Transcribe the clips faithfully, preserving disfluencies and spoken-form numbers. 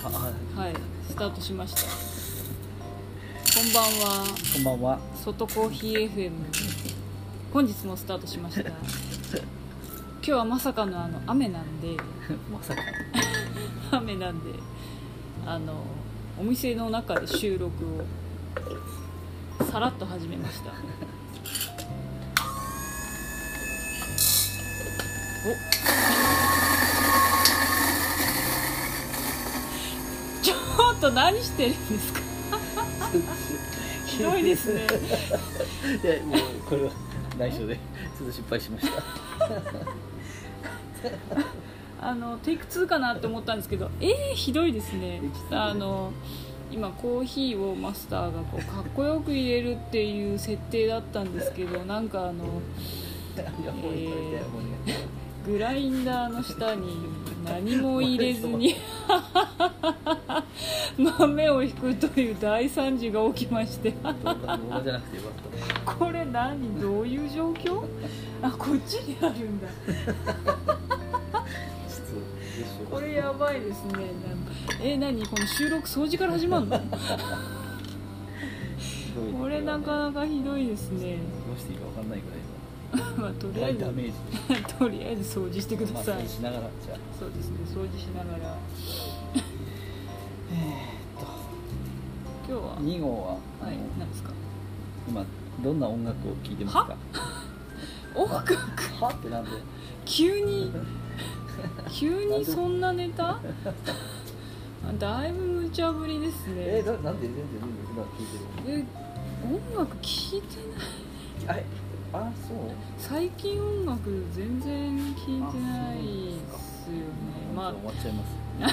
はい、スタートしました。こんばんは。 こんばんは。 外コーヒー エフエム 本日もスタートしました。今日はまさかのあの雨なんでまさか雨なんであのお店の中で収録をさらっと始めました。おちょっと何してるんですかひどいですね。 いやもうこれは内緒でちょっと失敗しましたあのテイクツーかなって思ったんですけど、えー、ひどいですね。あの今コーヒーをマスターがこうかっこよく入れるっていう設定だったんですけど、なんかあの、えー、グラインダーの下に何も入れずに豆をひくという大惨事が起きましてこれ何どういう状況？あ、こっちにあるんだこれやばいですね。え、何この収録掃除から始まるのこれなかなかひどいですね。 どうしていいか分かんないぐらいのまあ、とりあえずダメージとりあえず掃除してください。 まあ、掃除しながらじゃあそうですね、掃除しながらえーっと今日はに号は、 はい、何ですか？ 今どんな音楽を聴いてますか？ 音楽はってなんで急に急にそんなネタだいぶ無茶ぶりですね。 えー、だなんで全然普段聴いてる？ え、音楽聴いてない。 あれあ、そう最近音楽全然聴いてないですよね。まあ終わっちゃい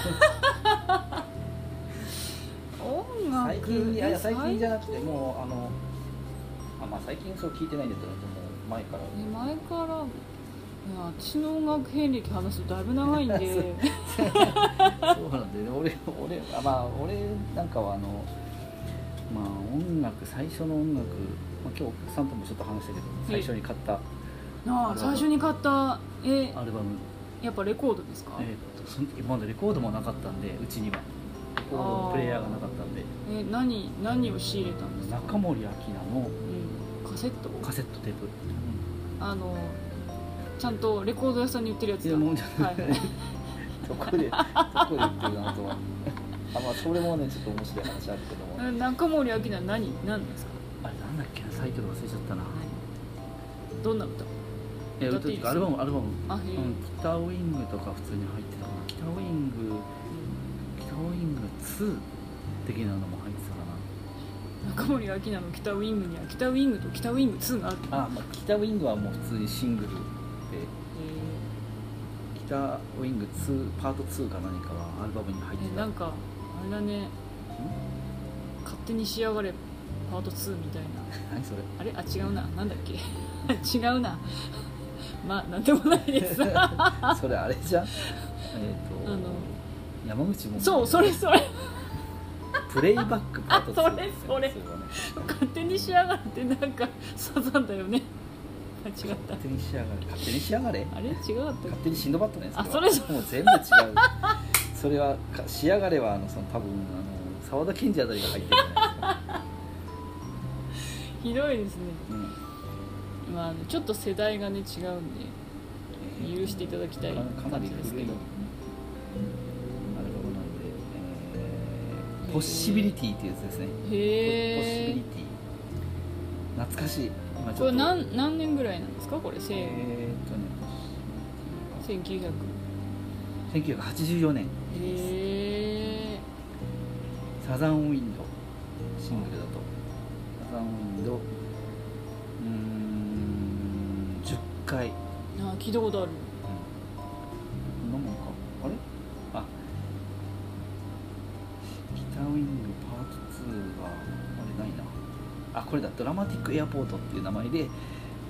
ます音楽最近いや最近じゃなくてもうあのあ、まあ、最近そう聞いてないんだったらもう前から前からいや私の音楽遍歴話すとだいぶ長いんでそうなんで、ね、俺俺あまあ俺なんかはあのまあ音楽最初の音楽、まあ、今日お客さんともちょっと話したけど最初に買ったあ最初に買ったえアルバムやっぱレコードですか？ えー、とその時まだレコードもなかったんでうちにはレコードプレイヤーがなかったんでえ何何を仕入れたんですか？ 中森明菜の、 うん、カセットカセットテープ、 うん、あのちゃんとレコード屋さんに売ってるやつだ。 いやもうじゃない、はい、そこでそこで売ってるなとはあ、まあ、それもねちょっと面白い話あるけども中森明菜何何ですか？ あれなんだっけな、タイトル忘れちゃったな、はい、 どんな歌？ いや歌っていいですか？アルバムアルバムあ、うん、 北ウイングとか普通に入ってたかな。北ウイング、うん、北ウイングツー的なのも入ってたかな。 中森明菜の北ウイングには北ウイングと北ウイングツーがある。 あ、まあ、北ウイングはもう普通にシングルで、北ウイングツーパートツーか何かはアルバムに入ってた。 えなんかあれだね、勝手に仕上がれパートツーみたいな何それ？ あれあ違うな、なんだっけ違うなまあなんでもないですそれあれじゃん、えー、とあの山口もそうそれそれプレイバックパートツーあそれそれ、ね、勝手に仕上がってなんかサザンだよね。違った。 勝手に仕上がれ勝手に仕上がれあれ違うった勝手にシンドバッドのやつ。 あそれそれもう全部違うそれは仕上がれはあのその多分あの沢田研二あたりが入ってるじゃないですかひどいですね、 うん、 まあ、ちょっと世代がね違うんで、えー、許していただきたい感じですけど、 ポッシビリティっていうやつですね。 へポッシビリティ懐かしい。 今ちょっとこれ 何, 何年ぐらいなんですかこれ？えー、っとねせんきゅうひゃくせんきゅうひゃくはちじゅうよねん。へえサザンウィンドシングルだとサザンウィンドうーんじゅっかい。 あ聞いたことある。 こんなもんか。あれあ北ウィングパートツーはあれないなあ、これだ。ドラマティックエアポートっていう名前で、へ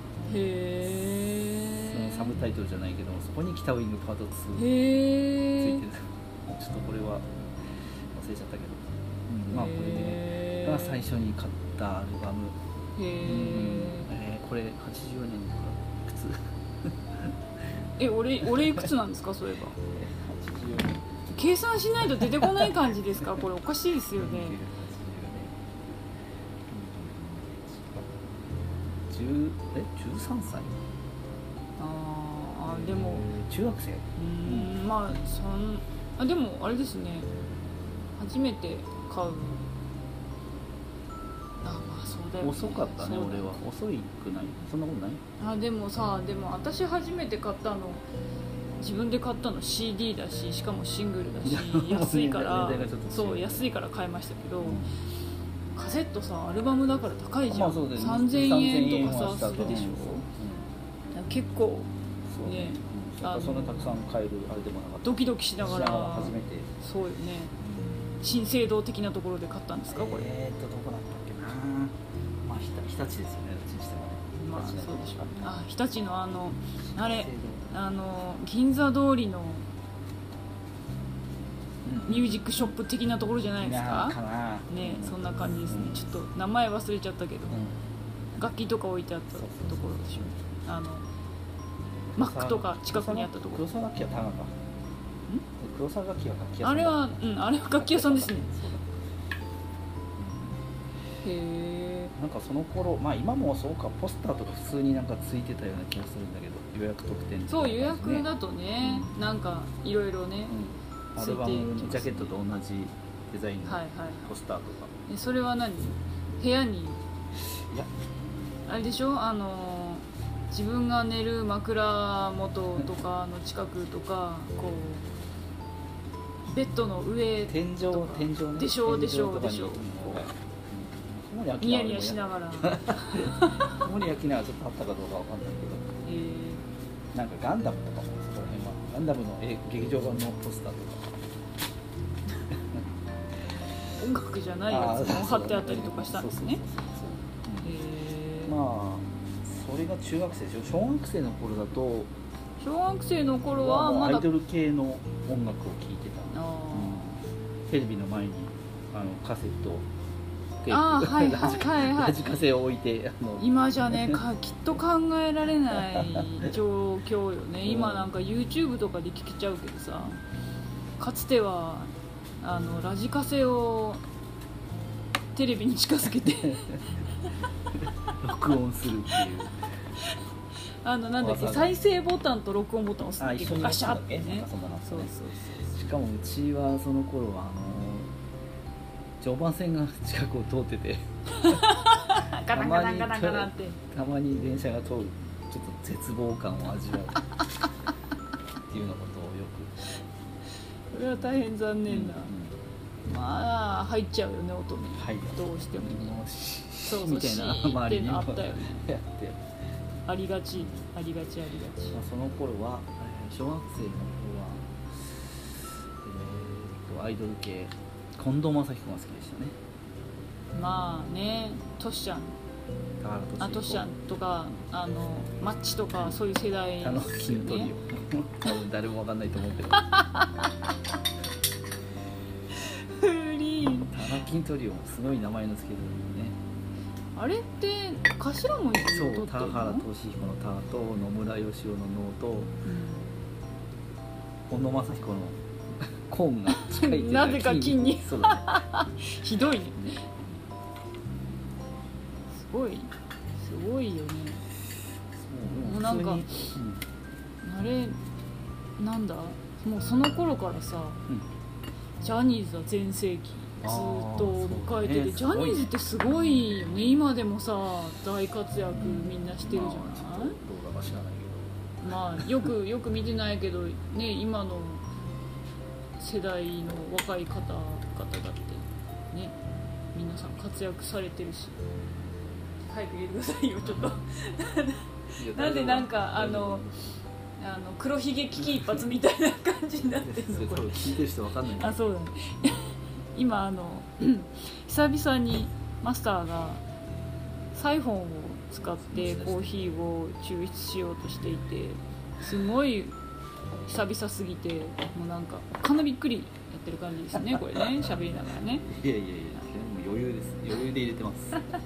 えそのサブタイトルじゃないけどそこに北ウィングパートツーついてる。ちょっとこれは忘れちゃったけど、うん、まあこれが最初に買ったアルバム。へー、えー、これはちじゅうよねんとかいくつえ、俺、俺いくつなんですかそういえば。 はちじゅうよねん計算しないと出てこない感じですか？これおかしいですよね。 じゅうえじゅうさんさい。 ああでも中学生。 うーんまあそんあでもあれですね。初めて買う。あまあそうだよね。 遅かったね俺は。遅いくない？そんなことない？ あでもさでも私初めて買ったの自分で買ったの シーディー だし、しかもシングルだし安いからそう安いから買いましたけど、うん、カセットさアルバムだから高いじゃん、まあね、さんぜんえんとかさするでしょ、うん、結構ね、 うん、あそんなたくさん買えるあれでもなかった。 ドキドキしながら初めてそうよね、うん、新生堂的なところで買ったんですかこれ？ えーっとどこだったっけな、まあ、日立ですよね、うちにしてはね。 まあそうでしょう。あ日立のあのあれあの銀座通りのミュージックショップ的なところじゃないですか？かなね、うん、そんな感じですね、うん、ちょっと名前忘れちゃったけど、うん、楽器とか置いてあったところでしょ。あのマックとか近くにあったところ。 黒沢楽器は田中。黒沢楽器は楽器屋さん。 あれはうんあれは楽器屋さんですね。へえ。 なんかその頃、まあ今もそうか、ポスターとか普通になんかついてたような気がするんだけど、予約特典、ね、 そう予約だとね、うん、なんかいろいろね、 うん、アルバムのジャケットと同じデザインのポスターとか、 はいはい、それは何部屋にいやあれでしょ、あの自分が寝る枕元とかの近くとかこうベッドの上とか天井天井、ね、 でしょうでしょうでしょう、ニヤニヤしながら森焼きながらちょっとあったかどうかわかんないけど、えー、なんかガンダムとかもそこら辺はガンダムの劇場版のポスターとか音楽じゃないやつも貼ってあったりとかしたんですね。 まあそれが中学生でしょ。小学生の頃だと小学生の頃はまだアイドル系の音楽を聴いてた、うん、テレビの前にあのカセットあはいはいはいはい、 ラジカセを置いてあの今じゃねかきっと考えられない状況よね。今なんか YouTube とかで聞けちゃうけどさ、かつてはあのラジカセをテレビに近づけて録音するっていうあのなんだっけ再生ボタンと録音ボタンを押すんだけどガシャってね。 そうそうそうしかもうちはその頃はあの常磐線が近くを通っててガタンガタンガタンガタンってたまに電車が通るちょっと絶望感を味わうっていうようなことをよく。 これは大変残念な、うんうん、まあ入っちゃうよね音に、はい、どうしてもねそうそうみたいな周りにあったよねありがちありがちありがち、 まあ、その頃は小学生の頃は、えー、とアイドル系近藤真彦が好きでしたね。 まあねトシちゃんあトシちゃんとかあのマッチとかそういう世代ですよね。 タノキントリオ多分誰も分かんないと思うけどフリータノキントリオすごい名前の付けるのね。 あれって頭文字を取ってるの？ そう田原俊彦の田と野村義雄の能と、うん、近藤真彦のコーンが近いっていうなぜか金にそうだ、ね、 ひどいねすごいすごいよね。もうなんか、うん、あれなんだもうその頃からさ、うん、ジャニーズは全盛期ずっと迎えてて、ね、ジャニーズってすごいよね。今でもさ大活躍みんなしてるじゃない、まあ、 どうだか知らないけどまあよくよく見てないけどね今の世代の若い方々だってね皆さん活躍されてるし早く入れてくださいよちょっとなんでなんかあのあの黒ひげ危機一髪みたいな感じになってるのこれ聞いてる人分かんない、ね、 あそうだね今あの久々にマスターがサイフォンを使ってコーヒーを抽出しようとしていてすごい久々すぎてもうなんかかなびっくりやってる感じですねこれね喋りながらね。 いやいやいやもう余裕です余裕で入れてますえっと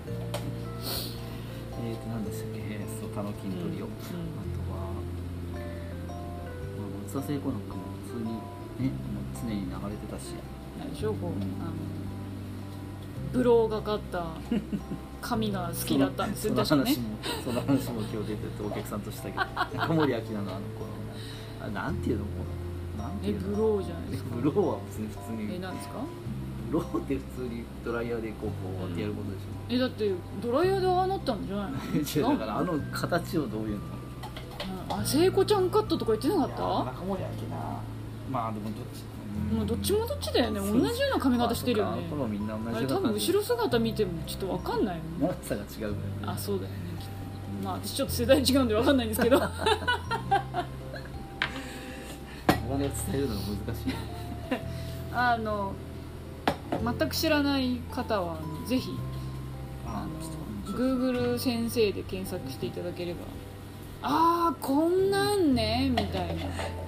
何でしたっけそうタノキントリオ、うんうん、あとは、まあ、松田聖子なんかも普通にね、もう常に流れてたし、 なんでしょうこう、 うん、 あのブローがかった髪が好きだったんですよ。確かね。 その話も今日出ててお客さんとしたけど、小森明菜のあの子のあなんていうのもうなんていうの、 えブローじゃないですか。 ブローは別に普通にえなんですか。 ブローって普通にドライヤーでこうこうってやることでしょ。 えだってドライヤーでああなったんじゃないの。 違うだからあの形をどういうの。 あ聖子ちゃんカットとか言ってなかった。 中森明菜まあでもどっちもうどっちもどっちだよね。同じような髪型してるよね。 みんな同じようなあれ多分後ろ姿見てもちょっと分かんないよね。 長さが違うぐらい、ね、 あそうだよね。まあ私ちょっと世代違うんで分かんないんですけど。 お金を伝えるのが難しい。 あの全く知らない方はぜひあの Google 先生で検索していただければ、あーこんなんねみたいな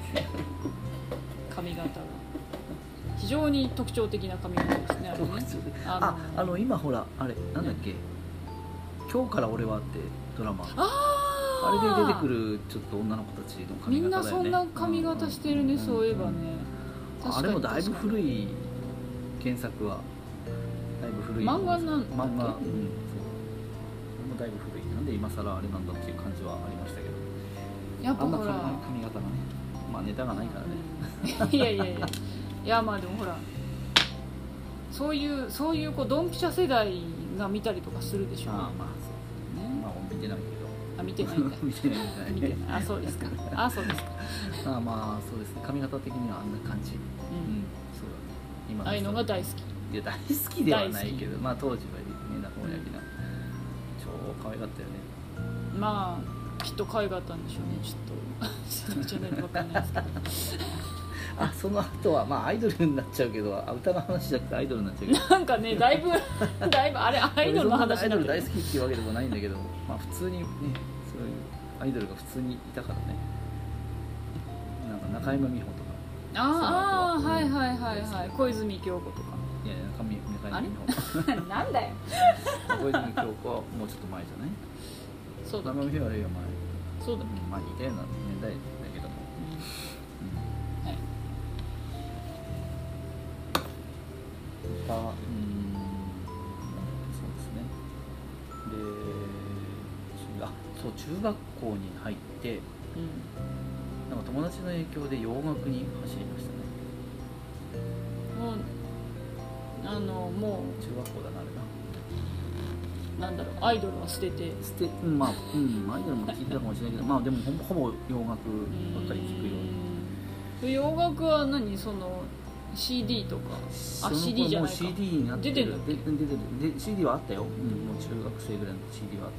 髪型が非常に特徴的な髪型ですね。あれねあああの今ほらあれなんだっけ、ね、今日から俺はってドラマ、あれで出てくるちょっと女の子たちの髪型だよね。 みんなそんな髪型してるね、うん、そういえばね、 うん、あれもだいぶ古い。原作はだいぶ古い漫画なんだっけ。 漫画、うん、そう。もだいぶ古い。なんで今更あれなんだっていう感じはありましたけど。 やっぱほらあんな髪型がね、まあネタがないからね。 いやいやいやいやまあでもほらそういうそういうこうドンピシャ世代が見たりとかするでしょう。 ああまあそうね。まあ見てないけど。 あ見てないんだ。 見てないみたいな。 あそうですか。あそうですか。 まあまあそうですね。髪型的にはあんな感じ。うん。うん、そうだね。 ああいうのが大好き。 いや大好きではないけど、まあ当時はね中森明菜超可愛かったよね。 まあきっと可愛かったんでしょうね。ちょっと世代じゃないと分かんないですけど。 あその後はまあアイドルになっちゃうけど、歌の話じゃなくてアイドルになっちゃうけど。 なんかねだいぶだいぶあれアイドルの話アイドル大好きっていうわけでもないんだけど、まあ普通にねそういうアイドルが普通にいたからね。なんか中山美穂とか。 ああはいはいはいはい。小泉今日子とか。 いやいや中山美穂。 なんだよ。 小泉今日子はもうちょっと前じゃない。 そうだ。 中山美穂は前。 そうだっけ。 まあ似たような年代だけども。うん、はい。あうんそうですね。で、あそう中学校に入って、うん、なんか友達の影響で洋楽に走りましたね。 もうあのもう中学校だなあれな。なんだろうアイドルは捨てて捨てまあうんアイドルも聞いてたかもしれないけどまあでもほぼ洋楽ばっかり聞くように。 洋楽は何その シーディー とかあ シーディー じゃないか。 もう シーディー になってる。 出てる出てる出てる。シーディー はあったよ。うん、もう中学生ぐらいの シーディー はあった。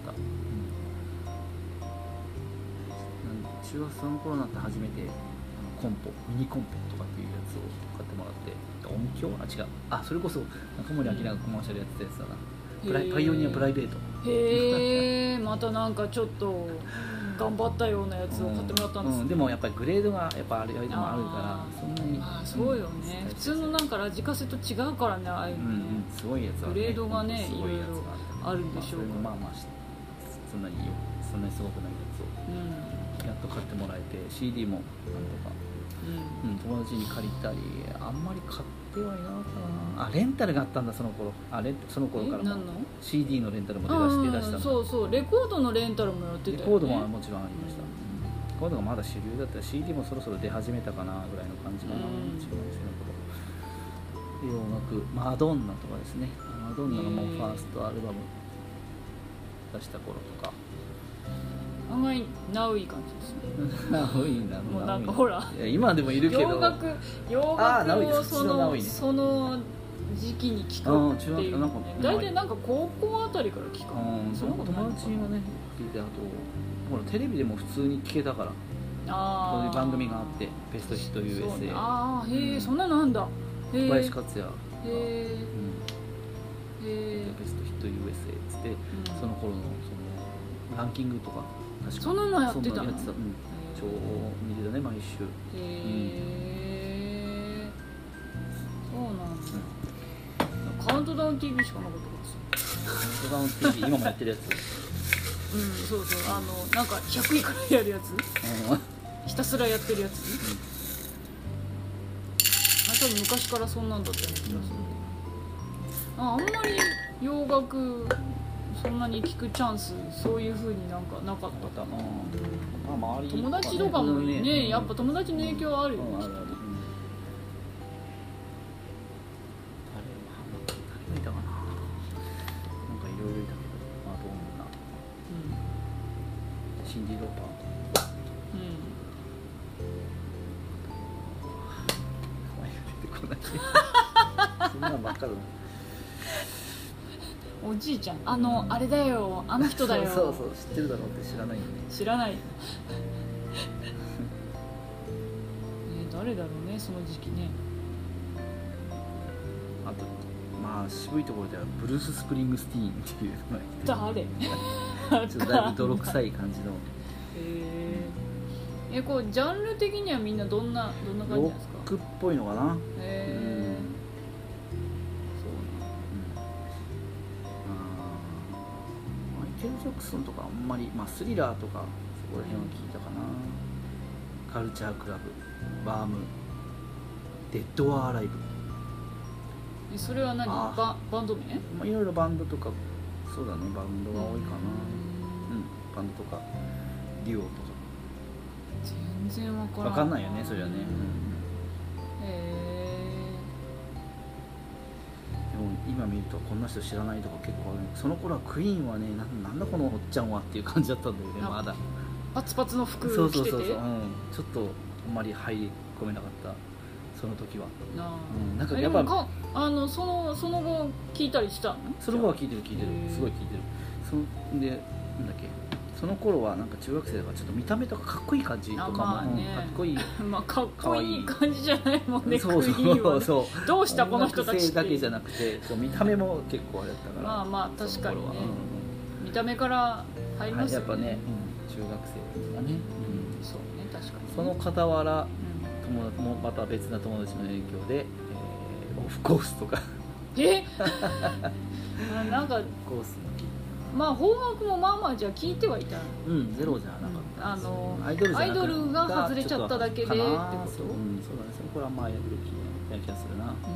うん、中学その頃になって初めてコンポミニコンポとかっていうやつを買ってもらって。音響あ違うあそれこそ中森明菜がコマーシャルやってたやつだな。プライパイオニアプライベート。 へえまたなんかちょっと頑張ったようなやつを買ってもらったんです、ねうんうん、 でもやっぱりグレードがやっぱあれでもあるからそんなにあそうよね、うん、普通のなんかラジカセと違うからねああいうのね、 うんうん、すごいやつは、ね、 グレードがねいろいろあるんでしょうから、まあ、まあまあそんなにいいよそんなにすごくないやつを、うん、やっと買ってもらえて シーディー もなんとか、うんうん、友達に借りたりあんまり買ってはいなかったなあレンタルがあったんだその頃あレンその頃からも シーディー のレンタルも出して出したんだそうそうレコードのレンタルもやってたよね。 レコードももちろんありました、うん、レコードがまだ主流だったら シーディー もそろそろ出始めたかなぐらいの感じかな、うん、一番最初の頃洋楽マドンナとかですねマドンナのもうファーストアルバム出した頃とか案外ナウい感じですね。 ナウいなもうなんかほらいや今でもいるけど洋楽洋楽をその、ね、その時期に聴くっていう、ね、大体なんか高校あたりから聴くのその友達がね聞いてあとほらテレビでも普通に聴けたからあそういう番組があってベストヒット ユーエスエーああへえ、うん、そんなのなんだ小林克也がへえ、 うん、へベストヒット ユーエスエー っつって、うん、その頃のそのランキングとか確かそんなのやってたのやってた、うん、超見てたね毎週へえ、うん、そうなんだ、うん、カウントダウン ティーブイ しかなかったですカウントダウン ティーブイ 今もやってるやつうんそうそうあのなんかひゃくいくらやるやつひたすらやってるやつ、 多分昔からそんなんだったような気がする、うん、あ, あんまり洋楽そんなに聞くチャンスそういう風になんかなかったかな、 まあ、周り友達とかも ね, ねやっぱ友達の影響はあるよね、うん、きっとね。 誰がいたかな、なんかいろいろいたけど、まあどんな、うん、シンディ・ローパー、うん、出てこないそんなんばっかだなおじいちゃん、あの、うん、あれだよ、あの人だよ。 そうそうそう、知ってるだろうって知らないよね。 知らないね、誰だろうね、その時期ね。 あと、まあ渋いところではブルース・スプリングスティーンっていうのがいて、誰ちょっとだいぶ泥臭い感じの。 へえ。え、こうジャンル的にはみんなどんなどんな感じなんですか？ ロックっぽいのかな。へえ。 マイケル・ジャクソンとかあんまり、まあ、スリラーとかそこら辺は聞いたかな、うん、カルチャークラブ、バーム、デッド・オア・アライブ。 え、それは何？バ, バンド名？ まあ、いろいろバンドとか、そうだね、バンドが多いかな、うん、うん、バンドとかデュオとか。 全然わからない。 わかんないよね、それはね、うん、へえ。 でも今見るとこんな人知らないとか結構ある。その頃はクイーンはね、な ん, なんだこのおっちゃんはっていう感じだったんだよね、まだパツパツの服着てて、 そうそうそうそう、うん、ちょっとあんまり入り込めなかったその時は。 あ、 うん、なんかやっぱかあの そ, のその後聞いたりしたの？ その後は聞いてる聞いてる、すごい聞いてる。そでなんだっけ、その頃はなんか中学生だからちょっと見た目とかかっこいい感じとかも、 まあね、 かっこいいまあかっこいい感じじゃないもんね。 そうそうそうそう、 どうしたこの人たちって。 音楽性だけじゃなくて、そう見た目も結構あれだったから。 まあまあ確かにね、 うん、 見た目から入りますよね、 はい、やっぱね、うん、中学生だね、 うん、そうね、確かに、ね、 その傍ら、うん、友達もまた別な友達の影響で、えー、オフコースとかえなんかコースのまあ邦楽もまあまあじゃあ聞いてはいた。 うん、ゼロじゃなかった、 あのアイドルじゃなくて、 アイドルが外れちゃっただけでってこと？うん、そうだね、 それこれはまあアイドル聞いた気がするな。うん、ね、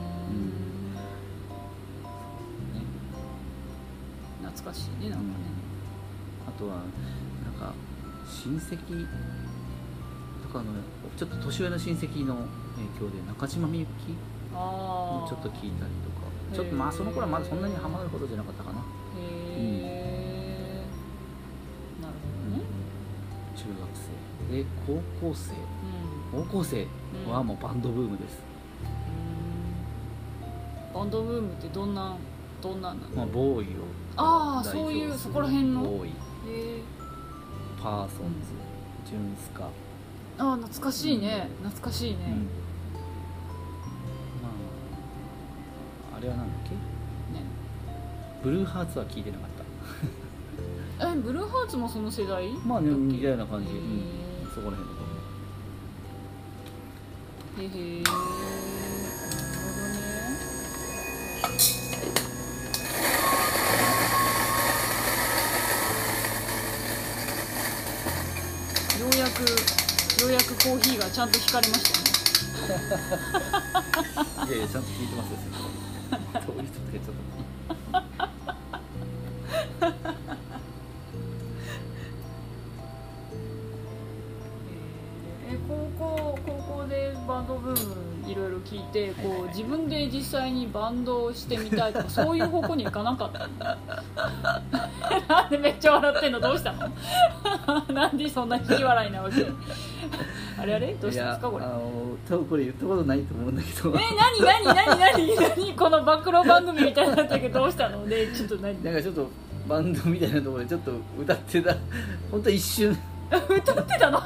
懐かしいね、なんかね、 うん、あとはなんか親戚とかのちょっと年上の親戚の影響で中島みゆきもちょっと聞いたりとか、ちょっとまあその頃はまだそんなにハマるほどじゃなかったかな。 へえ、うん、なるほどね。 中学生で高校生、うん、高校生はもうバンドブームです、 うん、バンドブームってどんなどんなんなの？ まあ、ボーイをああ、そういうそこら辺のボーイ、パーソンズ、ジュンスカ、 ああ懐かしいね、うん、懐かしいね、うん、 まああれはなんだっけ、ね、ブルーハーツは聞いてなかったえ、ブルーハーツもその世代？ まあね、似たような感じ、うん、そこら辺だと思う。へへー、なるほどね。ようやくようやくコーヒーがちゃんと引かれましたねいやいや、ちゃんと聞いてますよどういう人ってちょっとバンドブームいろいろ聞いてこう自分で実際にバンドをしてみたいとかそういう方向にいかなかったなんでめっちゃ笑ってんの？どうしたのなんでそんな引き笑いなわけあれあれどうしたんですかこれ？あの多分これ言ったことないと思うんだけどえ、なになになになになにこの暴露番組みたいになったけどどうしたので、ちょっと何なんかちょっとバンドみたいなところでちょっと歌ってた本当一瞬歌ってたの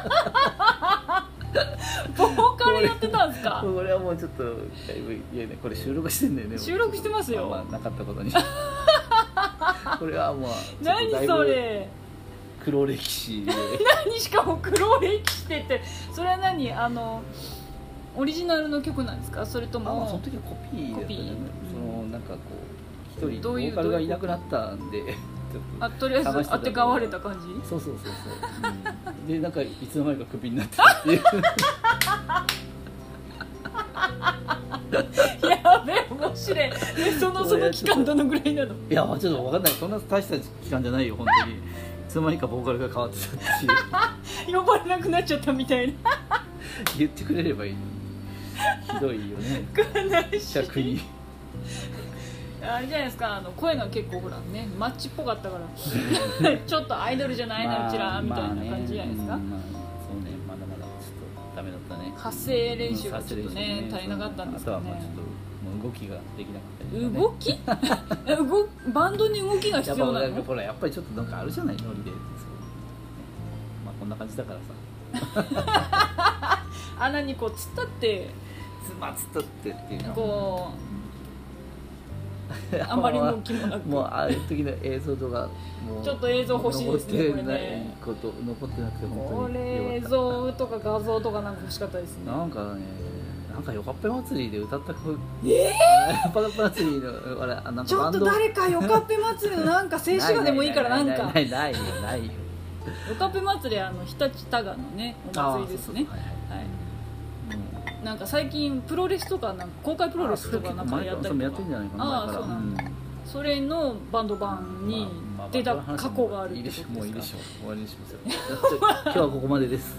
ボーカルやってたんですか？ これはもうちょっといや、ね、これ収録してんだよね。 収録してますよ。 まあ、なかったことにこれはもう何それ黒歴史で何しかも黒歴史ってってそれは何あのオリジナルの曲なんですか？それともあ、まあ、その時はコピーだったね。そのなんかこう一人ボーカルがいなくなったんであ、とりあえず当てがわれた感じ？ そうそうそうそう、うん、でなんかいつの間にかクビになってたっていうやべえ面白い。でそのその期間どのぐらいなの？ いやちょっと分かんない、そんな大した期間じゃないよ本当に。いつの間にかボーカルが変わってたっていう呼ばれなくなっちゃったみたいな言ってくれればいいのに。ひどいよね悲しい。 逆にあれじゃないですか、あの声が結構ほらねマッチっぽかったからちょっとアイドルじゃないの、まあ、うちらみたいな感じじゃないですか、まあね、 まあ、そうね、まだまだちょっとダメだったね。 発声練習がちょっとね、ね足りなかったんですかね。 あとはまあちょっともう動きができなかったり、 ね、動き動バンドに動きが必要なの？ ほらやっぱりちょっとなんかあるじゃない、ノリで。まあこんな感じだからさ穴にこう突っ立ってつまつとってっていうのこうあんまり動きもなく、 もうああいう時の映像とかもうちょっと映像欲しいですね、これね。 こと残ってなくて本当にこれ映像とか画像とかなんか欲しかったですね。 なんかね、なんかよかっぺ祭りで歌った曲、 えー、パラ祭りのあれなんかちょっと誰かよかっぺ祭りのなんか静止画でもいいからなんかないないないよないよ。 よかっぺ祭りはあの日立多賀のねお祭りですね。はいはい。なんか最近プロレスとかなんか公開プロレスとかなんかやったりとか、 やってんじゃないかな。 ああそうなんだ、うん、それのバンド版に出た過去があるってことですか。 もういいでしょう、終わりにしますよ今日はここまでです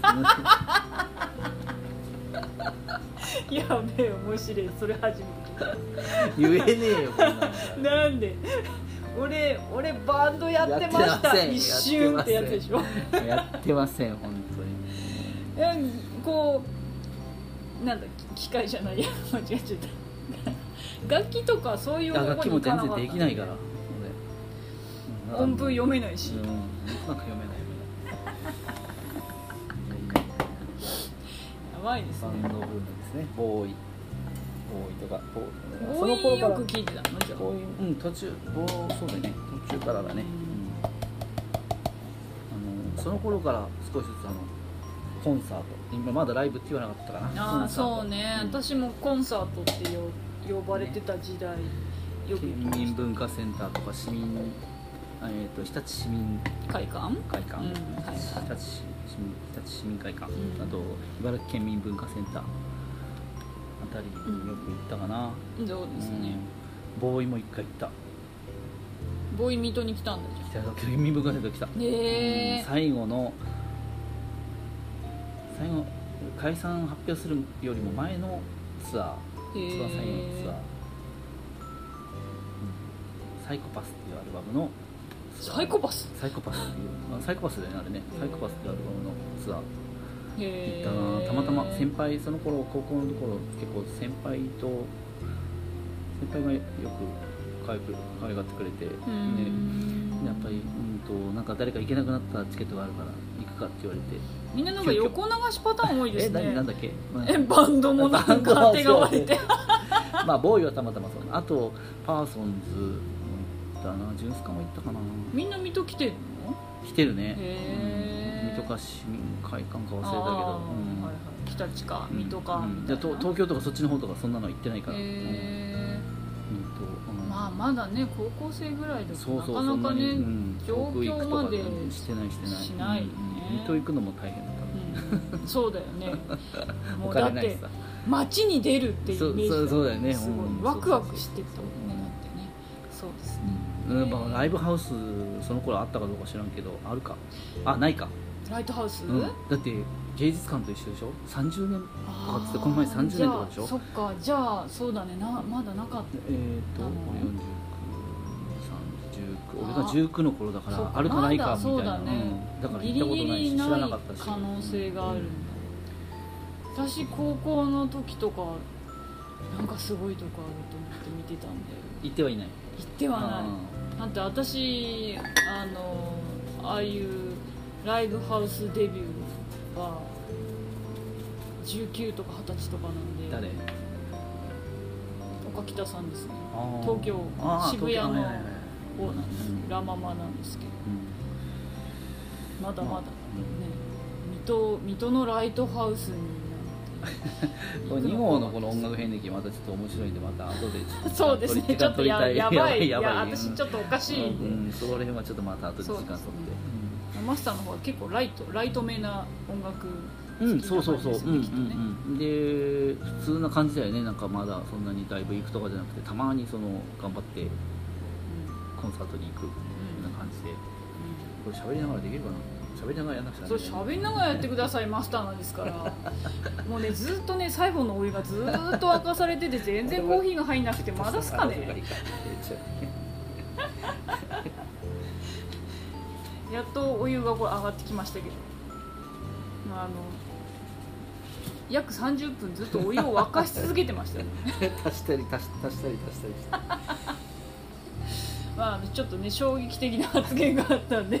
やべえ面白い、それ初めて言えねえよこんなのなんで俺俺バンドやってました一瞬ってやつでしょやってません本当にこうなんだ機械じゃないや間違えちゃった楽器とかそういう方向に行かなかった。 楽器も全然できないから俺音符読めないし、うん、 なんか読めないやばいですね。 バンドブームですね。ボーイボーイとかボーイよく聞いてたのじゃあ。 ボーイうん途中ボーそうだね途中からだね、うん、あのその頃から少しずつあのコンサート、今まだライブって言わなかったかな。 ああそうね、うん、私もコンサートって呼ばれてた時代、ね、 よく県民文化センターとか市民、えー、と日立市民会館会館、うんはいはい、日立市民日立市民会館、うん、あと茨城県民文化センターあたりによく行ったかな、 うん、そうですね、 うん、ボーイも一回行った。 ボーイ水戸に来たんだじゃん。 県民文化センター来た。 へえ、 うん、最後の最後解散発表するよりも前のツアー、一番最後のツアー、うん、サイコパスっていうアルバムのサイコパスサイコパスっていうサイコパスだよねあれね、サイコパスっていうアルバムのツアーへ行ったな。たまたま先輩、その頃高校の頃結構先輩と先輩がよく可愛く可愛がってくれて、ね、やっぱり、うんと、なんか誰か行けなくなったチケットがあるから行くかって言われて、 みんななんか横流しパターン多いですね。 え、何なんだっけ、 え、バンドもなんか当てがわれてまあボーイはたまたまそう、あとパーソンズも行ったな、ジュンスカも行ったかな。 みんな水戸来てるの？ 来てるね。 へー、水戸か市民会館か忘れたけど、うん、 はいはい、北地か水戸か、うん、 じゃ東京とかそっちの方とかそんなの行ってないから。へー、 うん、 まあまだね高校生ぐらいだとなかなかね、うん、上京までしてないしてないしないね。 水戸行くのも大変だった、 うん、そうだよねもうだって街に出るっていうイメージだ、 そうそうだよね、 すごいワクワクしてたもんね、だってね。そうですね、 うん、まあ、ライブハウスその頃あったかどうか知らんけど、あるか、あ、ないか、 ライトハウス、 うん、だって芸術館と一緒でしょ、さんじゅうねんとかっつって、この前さんじゅうねんとかでしょ。 そっか、じゃあそうだね、なまだなかった。 えっ、ー、とよんじゅうきゅう、さんじゅうきゅう、俺がじゅうきゅうの頃だからあるかないかみたいな、まだそうだね、うん、だから行ったことないし知らなかったし、 可能性があるんだ、うん、私高校の時とかなんかすごいとこあると思って見てたんだよ。 行ってはいない。 行ってはない。だって私あのああいうライブハウスデビューはじゅうきゅうとかはたちとかなんで。誰？岡北さんですね。東京渋谷の方なんです、うん、ラママなんですけど、うん、まだまだ、ね、水戸水戸のライトハウスにこれに号のこの音楽遍歴またちょっと面白いんで、また後でちょっとそうですね、ちょっと や, やばい、いや私ちょっとおかしいんで、 うんうん、その辺はちょっとまた後で時間取って、 ね、マスターの方は結構ライトライトめな音楽好きな感じそうそうそう、 ですうんよねきっとね。 うんうん、で普通な感じだよね。なんかまだそんなにライブ行くとかじゃなくて、たまにその頑張ってコンサートに行くみたいな感じで、これ喋りながらできるかな。喋りながらやんなくちゃそう喋りながらやってくださいマスターなんですから。もうねずっとねサイフォンのお湯がずっと沸かされてて全然コーヒーが入んなくてまだすかね。やっとお湯がこう上がってきましたけど、あの約さんじゅっぷんずっとお湯を沸かし続けてましたよね。 足したり足し足したり足したりしてまあちょっとね衝撃的な発言があったんで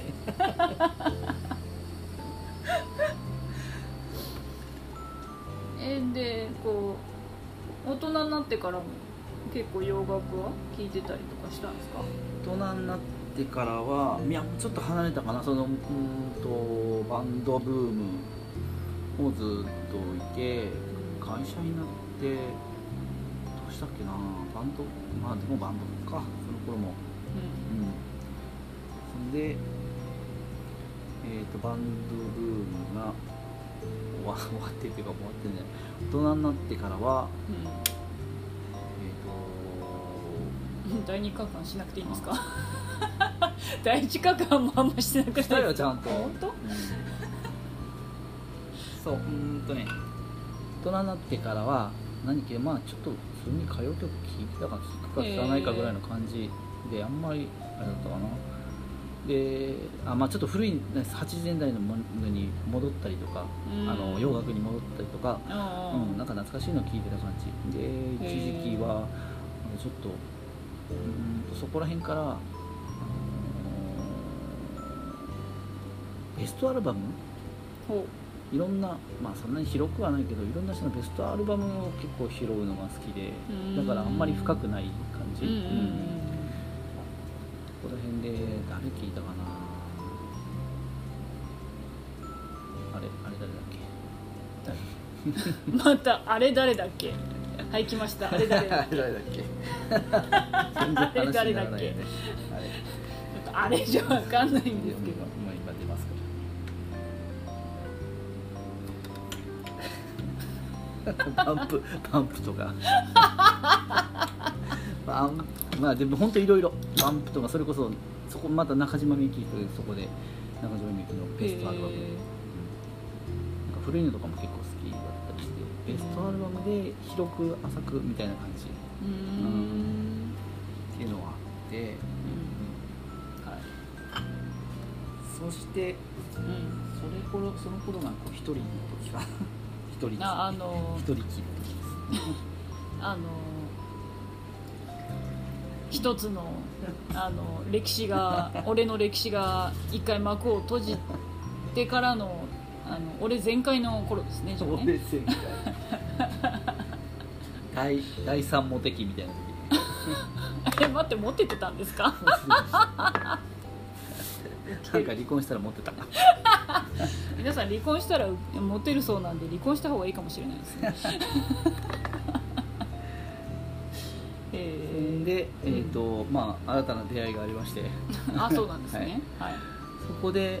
えでこう大人になってからも結構洋楽は聴いてたりとかしたんですか？ 大人になってからは、いやもうちょっと離れたかな。そのうんとバンドブームをずっといて、会社になってどうしたっけな、バンド、まあでもバンドか、その頃も、うん、うん、そんで、えー、とバンドブームが終わ、終わってっていうか終わってね、大人になってからは、 うんえー、とだいにかかんしなくていいんですか？だいいちかかんもあんましてなくてしたよちゃんと。 本当？ うん、そううんとね大人になってからは何かまあちょっと普通に歌謡曲聴いてたか聴くか聴かないかぐらいの感じで、あんまりあれだったかな。であ、まあ、ちょっと古いはちじゅうねんだいのものに戻ったりとか、 うん、 あの洋楽に戻ったりとか、 うん、 なんか懐かしいの聴いてた感じで、一時期はちょっとうんとそこら辺から、あのー、ベストアルバムほういろんな、まあそんなに広くはないけど、いろんな人のベストアルバムを結構拾うのが好きで、だからあんまり深くない感じ。 うんうんうん、 ここら辺で誰聞いたかな。あれあれ誰だっけ。 またあれ誰だっけ。はい来ました。あれ誰だっけ。 あれ誰だっけ。全然話にならないよね。あれあれじゃわかんないんですけど。 今今出ますから。パンプパンプとか。パンまあでも本当いろいろパンプとか、それこそそこまた中島みゆきとそこで中島みゆきのベストアルバム、うん、なんか古いのとかも結構好きだったりして、ベストアルバムで広く浅くみたいな感じ、 うーん、 うん、っていうのがあって、うんうん、はい、そして、うん、それ頃その頃がこう一人の時かな一人きあ、あのー、 一人きの時ですあのー一つの、あの歴史が俺の歴史が一回幕を閉じてからの、あの俺全開の頃ですね。 俺全開第, 第三モテ期みたいな時え待ってモテてたんですか？ なんか離婚したらモテた皆さん離婚したらモテるそうなんで離婚した方がいいかもしれないですね。 えー、で、えーとまあ、新たな出会いがありましてあ、そうなんですね、はいはい、 そこで、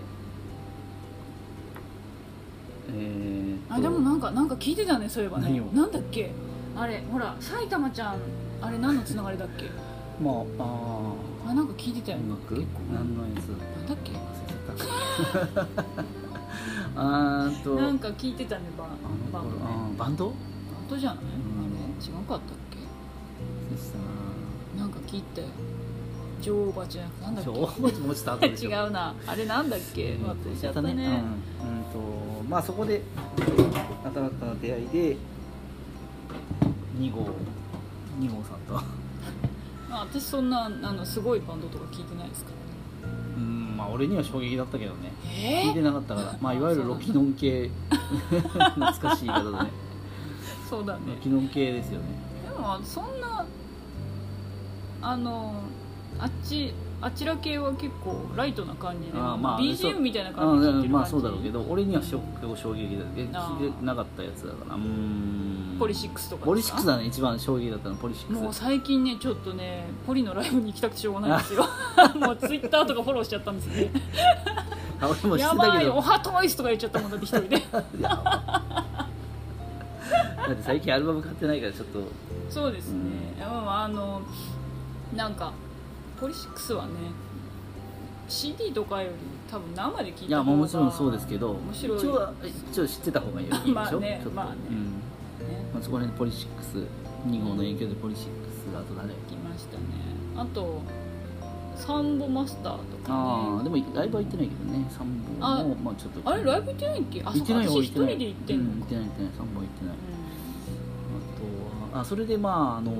えー、 あでもなんかなんか聞いてたね、そういえばね。 何をなんだっけあれ、ほら埼玉ちゃんあれ何のつながりだっけまあああなんか聞いてたよね。 音楽何のやつなんだっけ忘れちゃったあーとなんか聞いてたね。ババンドね。 バンドバンドじゃない、 うん、 あれ違うかったっけ。 でしたな。なんか聞いたよ。女王蜂じゃなくてなんだっけ。 女王蜂もちょっと後でしょ違うな、あれなんだっけ、忘れちゃったね。うん、うんとまあそこで新たな出会いでに号に号さんとあ私そんなあのすごいバンドとか聞いてないですかうら。 ん、まあ俺には衝撃だったけどね、 えー、 聞いてなかったから、まあいわゆるロキノン系懐かしい言い方だね。 そうだね、 ロキノン系ですよね。 でもそんなあのあっちあちら系は結構ライトな感じで、 あ、まあ、 ビージーエム みたいな感じで聴いてる感じ。 まあそうだろうけど、俺には結構衝撃だけど聞いてなかったやつだから。うーん、 ポリシックスとかですか。 ポリシックスだね、一番衝撃だったのポリシックス。 もう最近ねちょっとねポリのライブに行きたくてしょうがないんですよもうツイッターとかフォローしちゃったんですね俺も知ってやたけどばいおはトイスとか言っちゃったもんだって一人でだって最近アルバム買ってないからちょっとそうですね、うん、あのなんかポリシックスはね シーディー とかより多分生で聴いた方がいやもちろんそうですけど面白い一応一応知ってた方がいいでしょまあねちょっと、 まあね、 うんねまあ、そこら辺ポリシックスに号の影響でポリシックスあと誰来ましたね。あとサンボマスターとかね。 ああでもライブは行ってないけどねサンボもあまあちょっとあれライブ行ってないっけ？あ行ってないよ私一人で行ってんのか、 うん、行ってない行ってないサンボ行ってない、 うん、 あとはあそれでまああの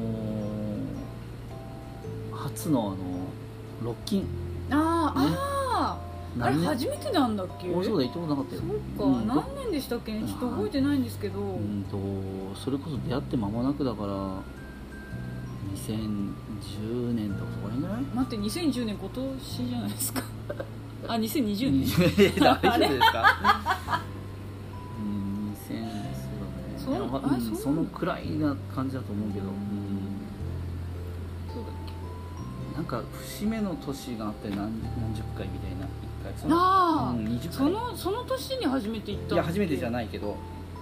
ー、初のあのロッキンあー、 ね、 あああれ初めてなんだっけ？ そうだ行ったことなかったよ。 そうか、うん、何年でしたっけね、ちょっと覚えてないんですけど、 うんとそれこそ出会って間もなくだからにせんじゅうねんとかそこら辺じゃない？ 待ってにせんじゅうねん今年じゃないですかあにせんにじゅうねん大丈夫ですかうんにせんそうだねそ, あ、うん、そのくらいな感じだと思うけど、うん、 そうだっけなんか節目の年があって何何十回みたいなそのああ、 うん、にじゅっかいそのその年に初めて行ったんいや初めてじゃないけど、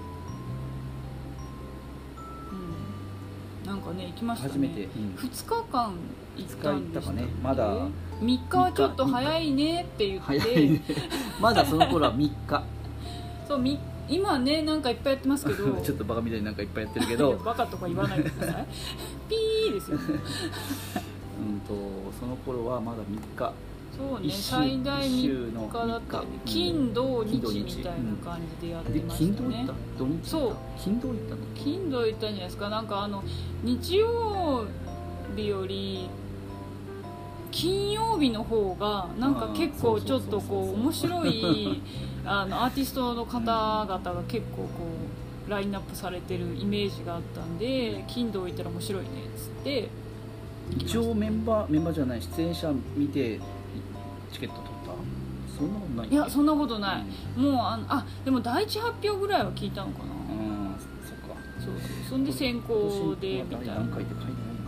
うん、なんかね行きましたね初めて、うん、 ふつかかん行ったんでしたっけ、 ね、まだみっかはちょっと早いねって言って早い、ね、まだその頃はみっかそうみ今ねなんかいっぱいやってますけどちょっとバカみたいになんかいっぱいやってるけどバカとか言わないでくださいピーですようんとその頃はまだみっかそうね最大みっかだったよね金土日みたいな感じでやってましたね、 うん、で金土行った土日そう金土行ったの金土行ったんじゃないですかなんかあの日曜日より金曜日の方がなんか結構ちょっとこう面白いあのアーティストの方々が結構こうラインナップされてるイメージがあったんで金土行ったら面白いねっつって一応メンバーメンバーじゃない出演者見てチケット取ったそんなことないいやそんなことない、うん、もうあのあでも第一発表ぐらいは聞いたのかなうんそっかそうそうそんで先行でみたいな何回って書いてないの、うん、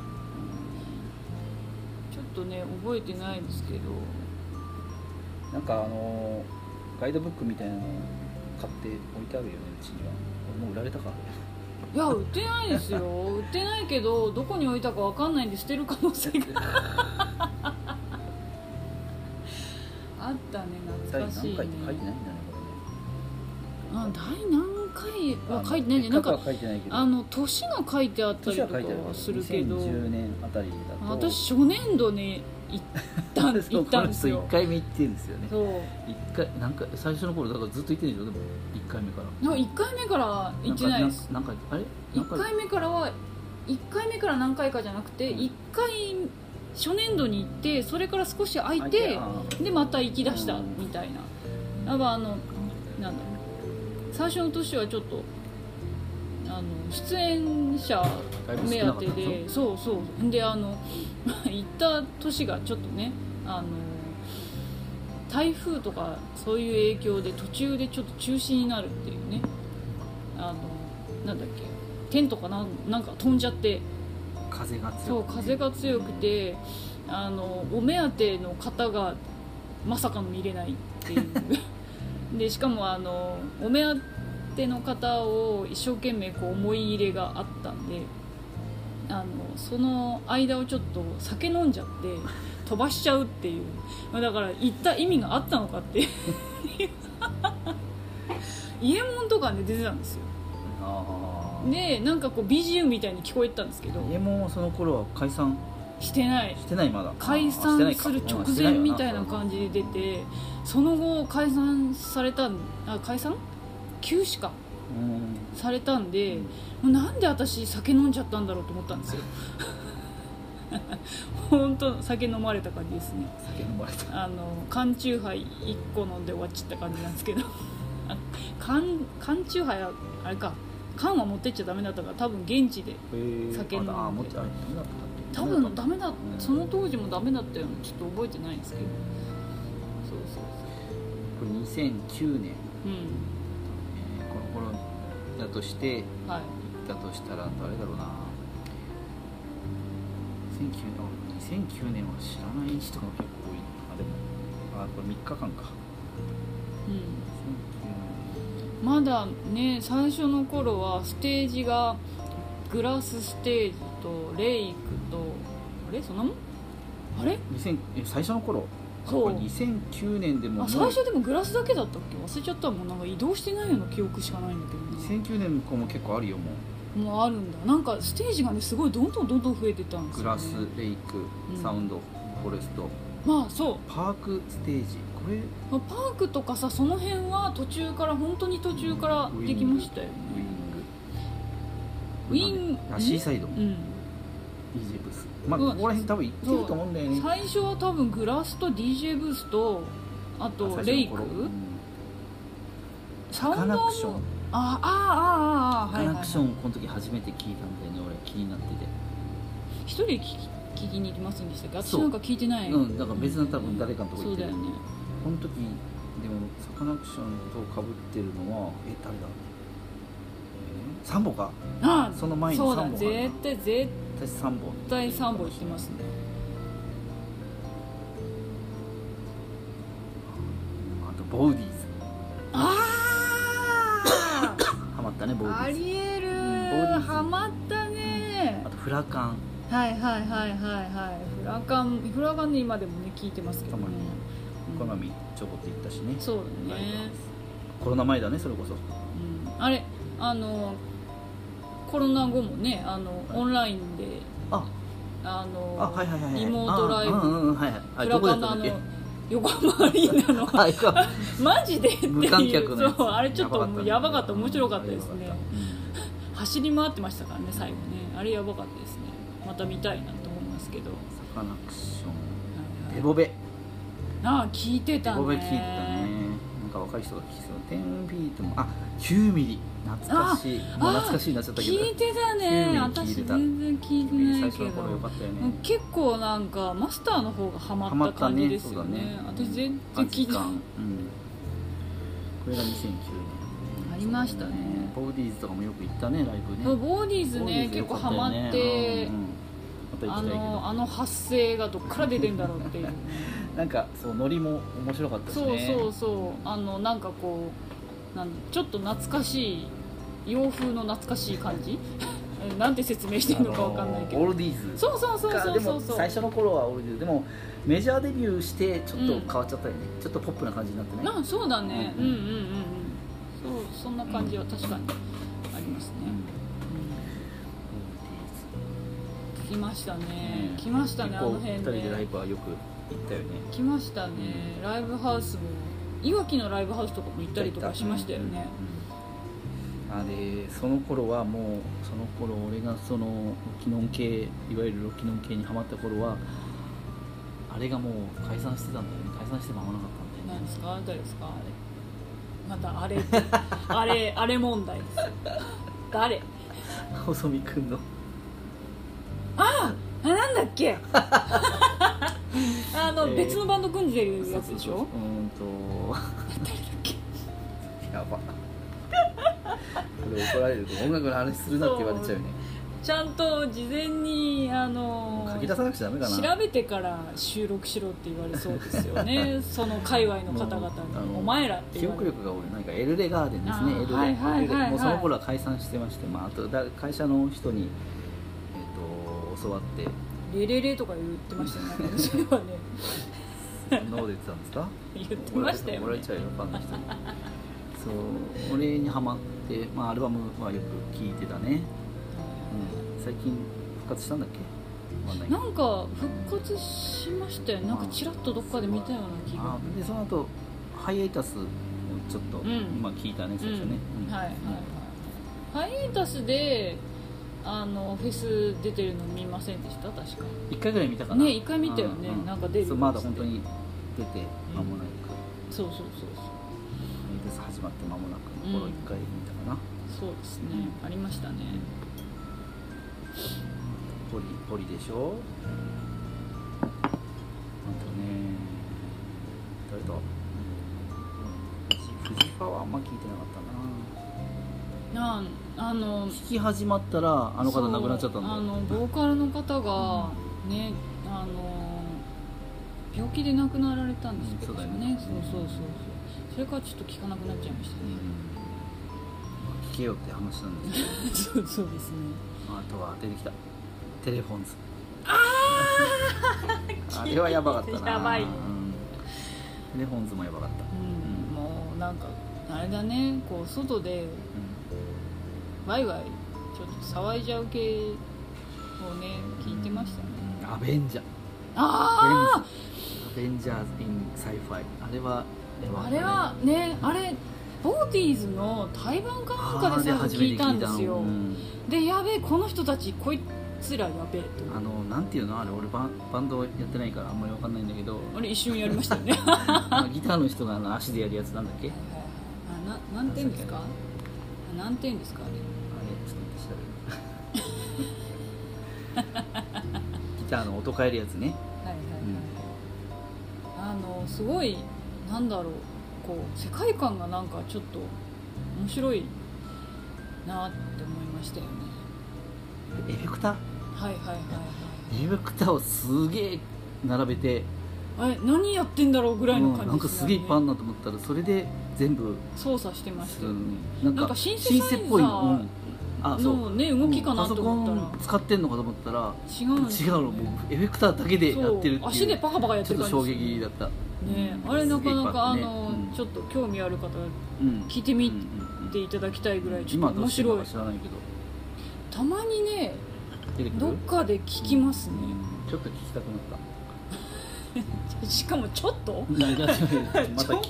ちょっとね覚えてないんですけどなんかあのガイドブックみたいなの買って置いてあるよねうちにはもう売られたかいや売ってないですよ売ってないけどどこに置いたか分かんないんで捨てる可能性があったね懐かしいね何回って書いてないんだねこれねあ第何回は書いてないんでなんかあの年が書いてあったりとかはするけどにせんじゅうねんあたりだと私初年度に行ったん行ったんですよいっかいめ行ってるんですよねそういっかいなんか最初の頃だからずっと行ってるんでしょでもいっかいめからいっかいめから行ってないですなんかあれいっかいめからはいっかいめから何回かじゃなくて、うん、いっかい初年度に行ってそれから少し空いてでまた行き出したみたいなやっぱあのなんだろう最初の年はちょっとあの出演者目当てでそうそうであの行った年がちょっとねあの台風とかそういう影響で途中でちょっと中止になるっていうねあのなんだっけテントかななんか飛んじゃって風が強くてそう風が強くてあのお目当ての方がまさかの見れないっていうでしかもあのお目当ての方を一生懸命こう思い入れがあったんであのその間をちょっと酒飲んじゃって飛ばしちゃうっていうだから行った意味があったのかっていう伊右衛門とかで出てたんですよあでなんかこう ビージーエム みたいに聞こえてたんですけど伊右衛門はその頃は解散してないしてないまだ解散する直前みたいな感じで出てその後解散されたんあ解散休止かうんされたんで、もうなんで私酒飲んじゃったんだろうと思ったんですよ本当酒飲まれた感じですね酒飲まれたあの缶チューハイいっこ飲んで終わっちゃった感じなんですけど缶缶チューハイはあれか缶は持ってっちゃダメだったから多分現地で酒飲んであ持ってあれダメだった多分ダメだ、うん、その当時もダメだったようなちょっと覚えてないんですけどそうそうそうこれにせんきゅうねん、うんえー、この頃だとして、 はい、 だとしたら誰だろうなにせんきゅうねん、にせんきゅうねんは知らない人が結構多いあでもあこれみっかかんかうん、まだね最初の頃はステージがグラスステージとレイクとあれそんなもんあれにせんえ最初の頃そうこれにせんきゅうねんでももあ最初でもグラスだけだったっけ忘れちゃったもんなんか移動してないような記憶しかないんだけど、ね、 にせんきゅうねんも結構あるよもうもうあるんだなんかステージがねすごいどんどんどんどん増えてたんですよ、ね、 グラスレイクサウンド、うん、フォレストまあそうパークステージこれパークとかさその辺は途中から本当に途中からできましたよねウィングウィングあシーサイド、 うん、 イージーブースまあここら辺多分行ってると思うんだよね最初は多分グラスと ディージェー ブースとあとレイク、うん、 サカナクションああああああサカナクションこの時初めて聞いたんだよね俺気になってて一人で聞き聞きに行きませんでしたっけ私なんか聞いてないうんだから別の多分誰かのとこ行ってる、 そうだよねこの時でもサカナクションと被ってるのはえ誰だえサンボかああその前にサンボがあるなそうだ絶対絶私サンボ対サンボ行ってますねあとボーディーズああハマったねボーディーズありえる、うん、ハマったね、 うん、あとフラカンはいはいはいはいはいフラカンフラカンね今でもね聞いてますけどね好みちょこっと行ったしねそうだねコロナ前だねそれこそ、 うん、あれあのコロナ後もねあの、はい、オンラインでああのあ、はいはいはいはい、 リモートライブ、 うんうんはいはい、 フラカンのあの横浜アリーナのマジでっていう無観客のやつそうあれちょっともうやばかった面白かったですね、うん、走り回ってましたからね最後ねあれやばかったですねまた見たいなと思いますけどサカナクションデボベああ聞いてたねデボベ聞いてたねなんか若い人が聞きそうじゅうフィートもあきゅうミリ懐かしいもう懐かしいになっちゃったけど聞いてたね私全然聞いてないけど、 よかったよね、 結構なんかマスターの方がハマった感じですよ ね, ね私全然聞いてない、うん、 これがにせんきゅうねんありましたねボーディーズとかもよく行ったねライブねボーディーズね結構ハマって、うんうん、あのあの発声がどっから出てんだろうっていう、ね、 なんかそうノリも面白かったしねそうそうそうあのなんかこうなんちょっと懐かしい洋風の懐かしい感じなんて説明してるのかわかんないけど、 オールディーズそうそうそうそうそうでも最初の頃はオールディーズでもメジャーデビューしてちょっと変わっちゃったよね、うん、ちょっとポップな感じになってねなそうだね、うん、うんうんうんうんそうそんな感じは確かにありますね、うん、来ましたね、うん、来ましたねあの辺でふたりでライブはよく行ったよね来ましたね、うん、ライブハウスもいわきのライブハウスとかも行ったりとかしましたよね、うんうんうんあでその頃はもうその頃俺がそのロキノン系いわゆるロキノン系にハマった頃はあれがもう解散してたんだよね解散して間もなかったんだよね何ですか誰ですかまたあれあれあれ問題です誰細見くんのああなんだっけあの、えー、別のバンド組んでるやつでしょうんと誰だっけやばこれ怒られると音楽の話するなって言われちゃうよねちゃんと事前にあの書き出さなくちゃダメかな調べてから収録しろって言われそうですよねその界隈の方々にお前らって記憶力が多いなんかエルレガーデンですねエルレ、はいはいはいはい、もうその頃は解散してまして、まあ、あとだ会社の人に、えー、と教わってレレレとか言ってましたよねそれはね脳で言ってたんですか言ってましたよね怒られちゃうよファンの人にそう俺にハマって、まあ、アルバムはよく聴いてたね、うん、最近復活したんだっけなんか復活しましたよ、なんかチラッとどっかで見たような気がでその後ハイエイタスをちょっと、うん、まあ聞いたね最初ね、 うんうん、はいはいはい、ハイエイタスであのフェス出てるの見ませんでした確かいっかいぐらい見たかなねいっかい見たよね、うんうん、なんか出るまだ本当に出て間もなく、 うん、そうそうそうそう始まって間もなくの頃いっかい見たかな、うん、 そうですね、うん、ありましたねポリポリでしょあとね誰だ、うん、フジファはあんま聞いてなかったななあの聞き始まったらあの方亡くなっちゃったんだあのボーカルの方がね、うん、あの病気で亡くなられたんですけどね、うん、そうだよねそうそうそうそうそれからちょっと聞かなくなっちゃいましたね、 うん、聞けよって話なんですけどそうそうですね。 あとは出てきたテレフォンズ。 ああれはやばかったな。 やばいね、 うん、テレフォンズもやばかった、 うん、もうなんかあれだね、こう外でワイワイちょっと騒いじゃう系をね聞いてましたね、 うん、アベンジャーあアベンジャーズ・イン・サイファイ、あれはあれはね、あれフォーティーズの対バンかなんかで最初聞いたんですよ、うん、でやべえこの人たちこいつらやべえと、 あのなんていうのあれ俺バン、バンドやってないからあんまり分かんないんだけど、 あれ一瞬やりましたよねギターの人があの足でやるやつなんだっけ、 はいはいはい、あな何点ですか、何点ですかあれ、 あれちょっと待って調べるギターの音変えるやつね、 はいはいはい、うん、あのすごいなんだろう、こう世界観がなんかちょっと面白いなって思いましたよね。 エフェクター、 はいはいはいはい、 エフェクターをすげえ並べて、 あれ何やってんだろうぐらいの感じですね、 うん、なんかすげえいっぱいあんなと思ったらそれで全部操作してましたよね。 なんかなんかシンセサイザーのね動きかなと思ったら、 パソコン使ってんのかと思ったら違うんですよね、 違うの、もうエフェクターだけでやってるっていう、 足でパカパカやってる感じ、 ちょっと衝撃だったね、あれなかなか、ね、あの、 うん、 ちょっと興味ある方聞いてみていただきたいぐらいちょっと面白い、 今知らないけどたまにねどっかで聞きますね、 うん、ちょっと聞きたくなったしかもちょっとまた聞きたくなった、うん、そうアベンジャーズ・イン・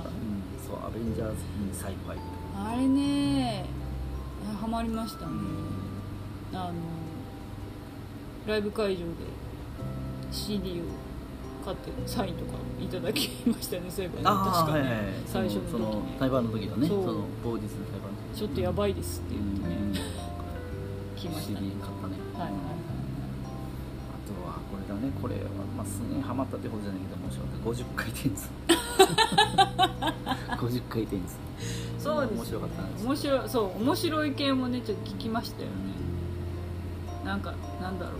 サイファイ、 あれねハマりましたね、うん、あのライブ会場で シーディー を買ってサインとかいただきましたね、そういえばね、確かに、ね、はいはい、最初の時その対バンの時だね、その当日の対バンちょっとやばいですって言ってね、うん、来ましたね、 シーディー 買ったね、 はいはいはい、 あとはこれだね、これはまあすげえハマったってことじゃないけど面白かった、ごじゅっかい転数ごじゅっかい転数、 そうですね、 面白かったんです、 面白い、そう面白い系もねちょっと聞きましたよね、なんかなんだろう、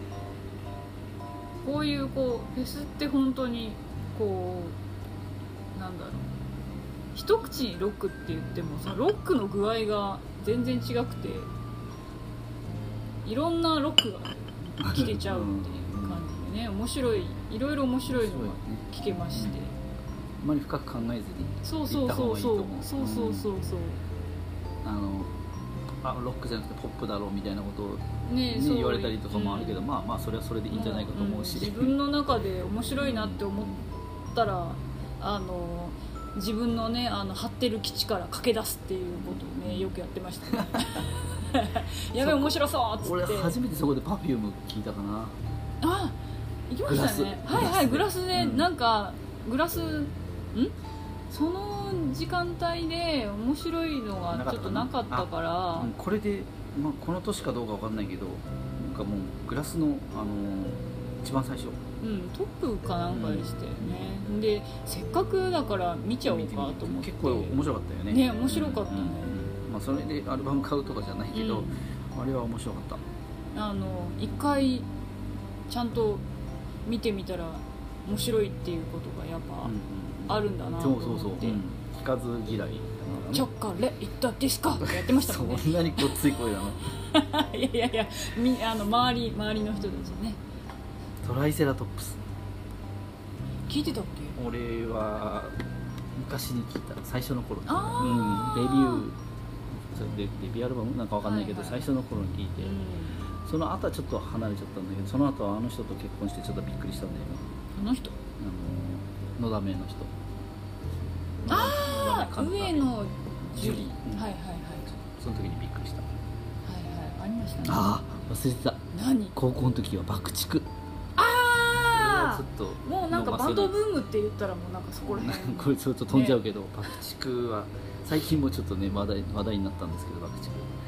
こういうこうフェスって本当にこうなんだろう、一口にロックって言ってもそのロックの具合が全然違くて、いろんなロックが聴けちゃうっていう感じでね、面白い、いろいろ面白いのが聞けまして、 あまり深く考えずにそうそうそうそうそうそうそうそう、 あのあロックじゃなくてポップだろうみたいなことをね、 ね、言われたりとかもあるけど、うん、まあまあそれはそれでいいんじゃないかと思うし、 うん、自分の中で面白いなって思ったら、あの自分のねあの張ってる基地から駆け出すっていうことをねよくやってましたねやべえ面白そうっつって、 俺初めてそこで パフューム 聞いたかなあ行きましたね、はいはい、グラスで、うん、なんかグラスんその時間帯で面白いのがちょっとなかったから、 うん、これで、まあ、この年かどうかわかんないけどなんかもうグラスの、あのー、一番最初、 うん、トップかなんかでしたよね、うん、でせっかくだから見ちゃおうかと思って、 結構面白かったよね、 ね面白かったね、 うんうんまあ、それでアルバム買うとかじゃないけど、うん、あれは面白かった、 あの一回ちゃんと見てみたら面白いっていうことがやっぱ、うんうんあるんだなと思って、 そうそうそう、うん、聞かず嫌い、 チョコレイトですかとかやってましたもんねそんなにごっつい声なのいやいやいやみあの周り周りの人たちね。 トライセラトップス聞いてたっけ？ 俺は昔に聞いた最初の頃に、 あ、 うん、デビューデビューアルバムなんかわかんないけど、はいはい、最初の頃に聞いて、うん、その後はちょっと離れちゃったんだけど、その後はあの人と結婚してちょっとびっくりしたんだよね。 あの人？ あののだめの人。 ああ、上野樹里、 うん、 はいはいはい。 その時にびっくりした。 はいはい、ありましたね。 ああ、忘れてた。 何？ 高校の時は爆竹。 ああ、 ちょっともうなんかバンドブームって言ったらもうなんかそこら辺。 これちょっと飛んじゃうけど、ね、爆竹は最近もちょっとね話題話題になったんですけど、爆竹。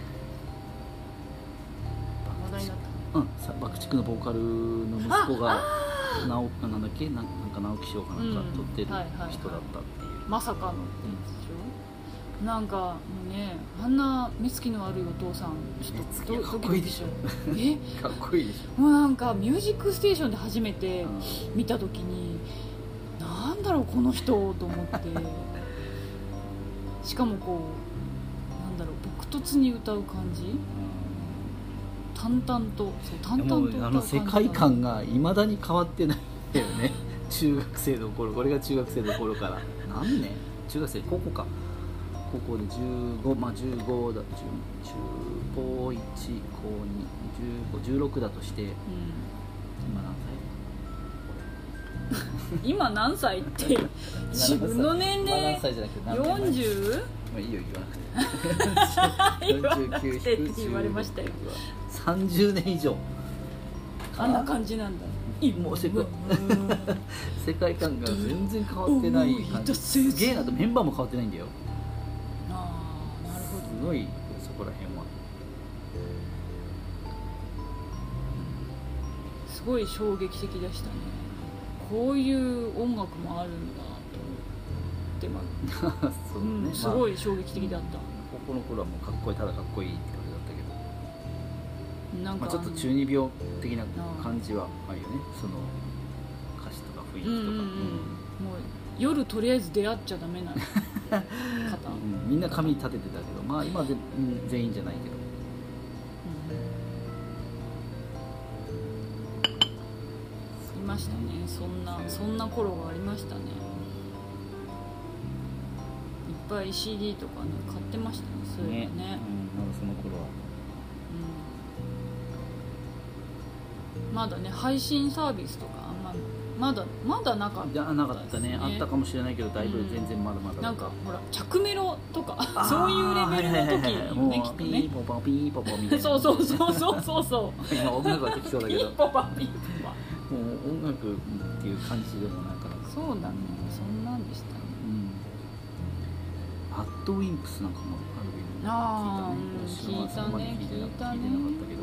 話題になった。 うん、爆竹のボーカルの息子が直なんだっけ、なんか直木賞かなんか取ってる人だったっていう。 まさかのってやつでしょ。なんかもうね、あんな目つきの悪いお父さんちょっとかっこいいでしょ。えかっこいいでしょ。 もうなんかミュージックステーションで初めて見た時に、うん、なんだろうこの人と思ってしかもこうなんだろう朴突に歌う感じ、淡々とそう淡々と歌う感じあの世界観がいまだに変わってないんだよね中学生の頃、これが中学生の頃から何年中学生高校か高校でじゅうご、まあじゅうごだ、中高いち、高に、じゅうご、じゅうろくだとして、うん、 今何歳今何歳って自分の年齢何歳じゃなくて何年前 よんじゅう？ まあいいよ言わなくて言わなくてって言われましたよ。 さんじゅうねん以上あんな感じなんだ。 もう世界世界観が全然変わってない感じ。すげえなと、メンバーも変わってないんだよ。 ああ、なるほど。 すごいそこら辺はすごい衝撃的でしたね。こういう音楽もあるんだと思って、まあそうね、うん、すごい衝撃的だった、まあ、 ここの頃はもうかっこいい、ただかっこいいって感じだったけど、なんか、まあ、ちょっと中二病的な感じはあるよね、その歌詞とか雰囲気とか、うんうんうん、もう夜とりあえず出会っちゃダメな方、 うん、みんな髪立ててたけど、まあ今ぜ、うん、全員じゃないけど、 いましたね、そんなそんな頃がありましたね。いっぱい シーディー とかね買ってましたね、そういうのね。ね、 うん、まだその頃は、 うん、まだね配信サービスとかあんままだまだなかった、ね、 いやなかったね、あったかもしれないけどだいぶ全然まだまだ、 うん、なんかほら着メロとかそういうレベルの時にね、きっとね、 ピーポパピーポポみたいな、 そうそうそうそうそうそう今音楽ができそうだけどピーポパピーポパもう音楽っていう感じでもなんかそうだね、そんなんでしたね、 うん、ハッドウィンプスなんかもあるけど、 ああ聞いたね、聞いたね、聞いてなかったけど、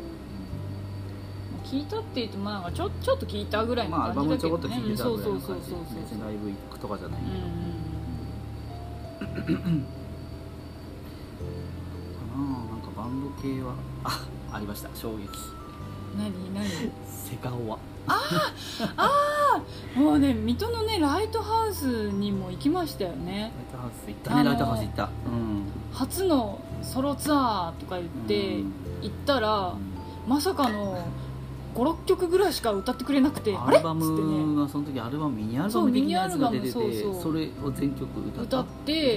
聞いたって言ってもなんかちょ、ちょっと聞いたぐらいの感じだけどね、まあ、アルバムちょこっと聞いてたぐらいの感じ、別にライブ行くとかじゃないけど、うんうん、かな、なんかバンド系はあ、ありました、衝撃。何何セカオワ。あああもうね、水戸のねライトハウスにも行きましたよね。 ライトハウス行ったね、ライトハウス行った、うん、 初のソロツアーとか言って行ったら、うん、まさかのご、ろっきょくぐらいしか歌ってくれなくて、 アルバムがその時アルバムミニアルバム的なやつが出てて、そうそう、それを全曲歌った歌って、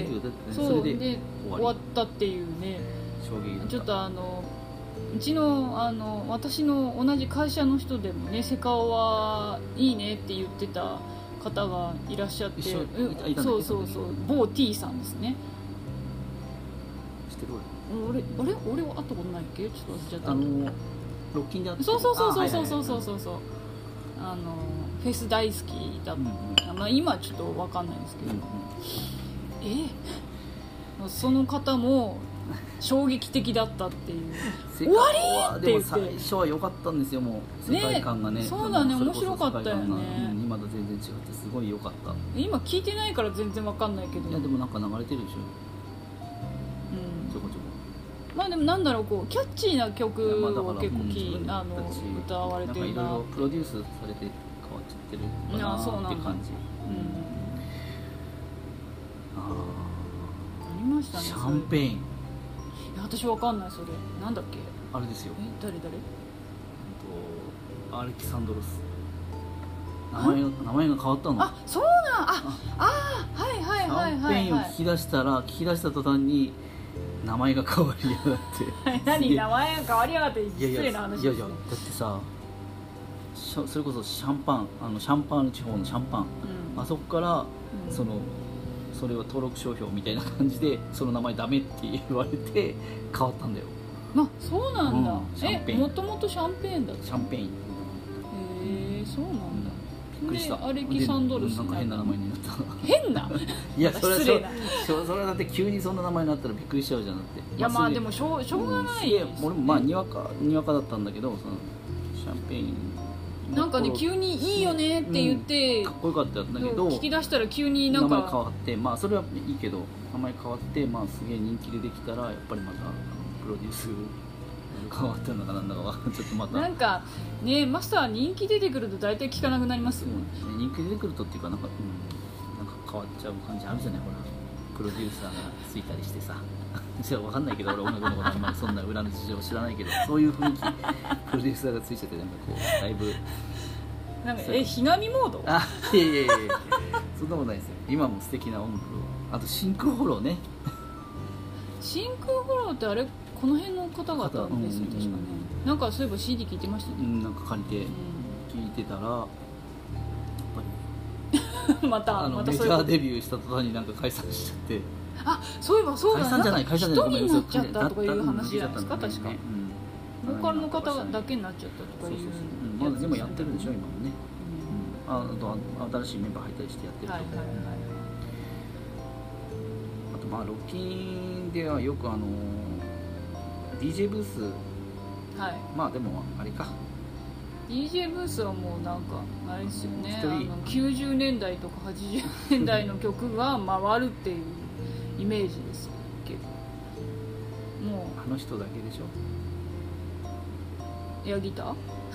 そうそれで終わったっていうね、 衝撃だった。 ちょっとあのうちの、あの私の同じ会社の人でもね、セカオはいいねって言ってた方がいらっしゃって、 一緒いたいたんだっけ、 そうそうそう、某 T さんですね。 知ってる俺？俺あれ俺は会ったことないっけ？ちょっと忘れちゃった。 あのロッキンで会って、 そうそうそうそうそうそうそうそう、あのフェス大好きだった、うんうん、まあ、今はちょっと分かんないんですけど、うんうん、えその方も衝撃的だったっていう終わりって言って、 でも最初は良かったんですよ、もう世界観が ね, ねそうだね、面白かったよね、 うん、今と全然違ってすごい良かった。 今聞いてないから全然分かんないけど、 いやでもなんか流れてるでしょ、 うん、 ちょこちょこ。 まあでもなんだろう、こうキャッチーな曲を結構き、うん、あの歌われてるな、 なんかいろいろプロデュースされて変わっちゃってるかなって感じ。 ありましたね、 シャンペーン。 いや私わかんない、それなんだっけ、 あれですよ、 え誰誰とアレキサンドロス、名前が名前が変わったの。 あ、そうなん、ああ、はいはいはいはい、はい、 シャンペーンを聞き出したら聞き出した途端に名前が変わりやがって何名前が変わりやがって、失礼な話ですね。 いやいや、だってさ、それこそシャンパン、あのシャンパーニュ地方のシャンパン、うん、あそこから、うん、そのそれは登録商標みたいな感じでその名前ダメって言われて変わったんだよ。 あ、そうなんだ、うん、え、もともとシャンペーンだった。 シャンペーン。へえ、そうなんだ、 びっくりした。 アレキサンドロスなんか変な名前になった変ないや、それは失礼なそれはだって急にそんな名前になったらびっくりしちゃうじゃん。だって、 いや、まあでもしょう、しょうがない、 うん、俺もまあにわかにわかだったんだけど、そのシャンペーンなんかね、急にいいよねって言って、うん、 かっこよかったんだけど、 聞き出したら急になんか名前変わって、まあそれはいいけど、名前変わって、まあすげえ人気でできたらやっぱりまたプロデュース変わったのかなんだかちょっとまたなんかね、マスター人気出てくると大体聞かなくなりますよね。 人気出てくるとっていうかなんか、うん、なんか変わっちゃう感じあるじゃない、ほら。 プロデューサーがついたりしてさじゃあ分かんないけど俺音楽のことあんまりそんな裏の事情知らないけどそういう雰囲気プロデューサーがついちゃってなんかこうだいぶなんかえひがみモードあいやいやいやそんなことないですよ今も素敵な音楽をあとシンクロフォローねシンクロフォローってあれこの辺の方々ですよ、 うん、 確かねなんかそういえば シーディー 聞いてましたね、 うん、なんか借りて聞いてたら、やっぱりまたあのまたメジャーデビューした途端になんか解散しちゃってあそういえばそうだ解散じゃない解散じゃない一人になっちゃったとかいう話じゃないですか、 だった確か、 ねボーカルの方だけになっちゃったとかいうそうそうそう、うんまあ、でもやってるんでしょ今もね、うん、ああと新しいメンバー入ったりしてやってると、 はいはいはい、 あとまあロッキンではよくあの ディージェー ブース、 はい、 まあでもあれかディージェー ブースはもうなんかあれですよね、あ一人のきゅうじゅうねんだいとかはちじゅうねんだいの曲が回るっていうイメージですけどもあの人だけでしょうエアギター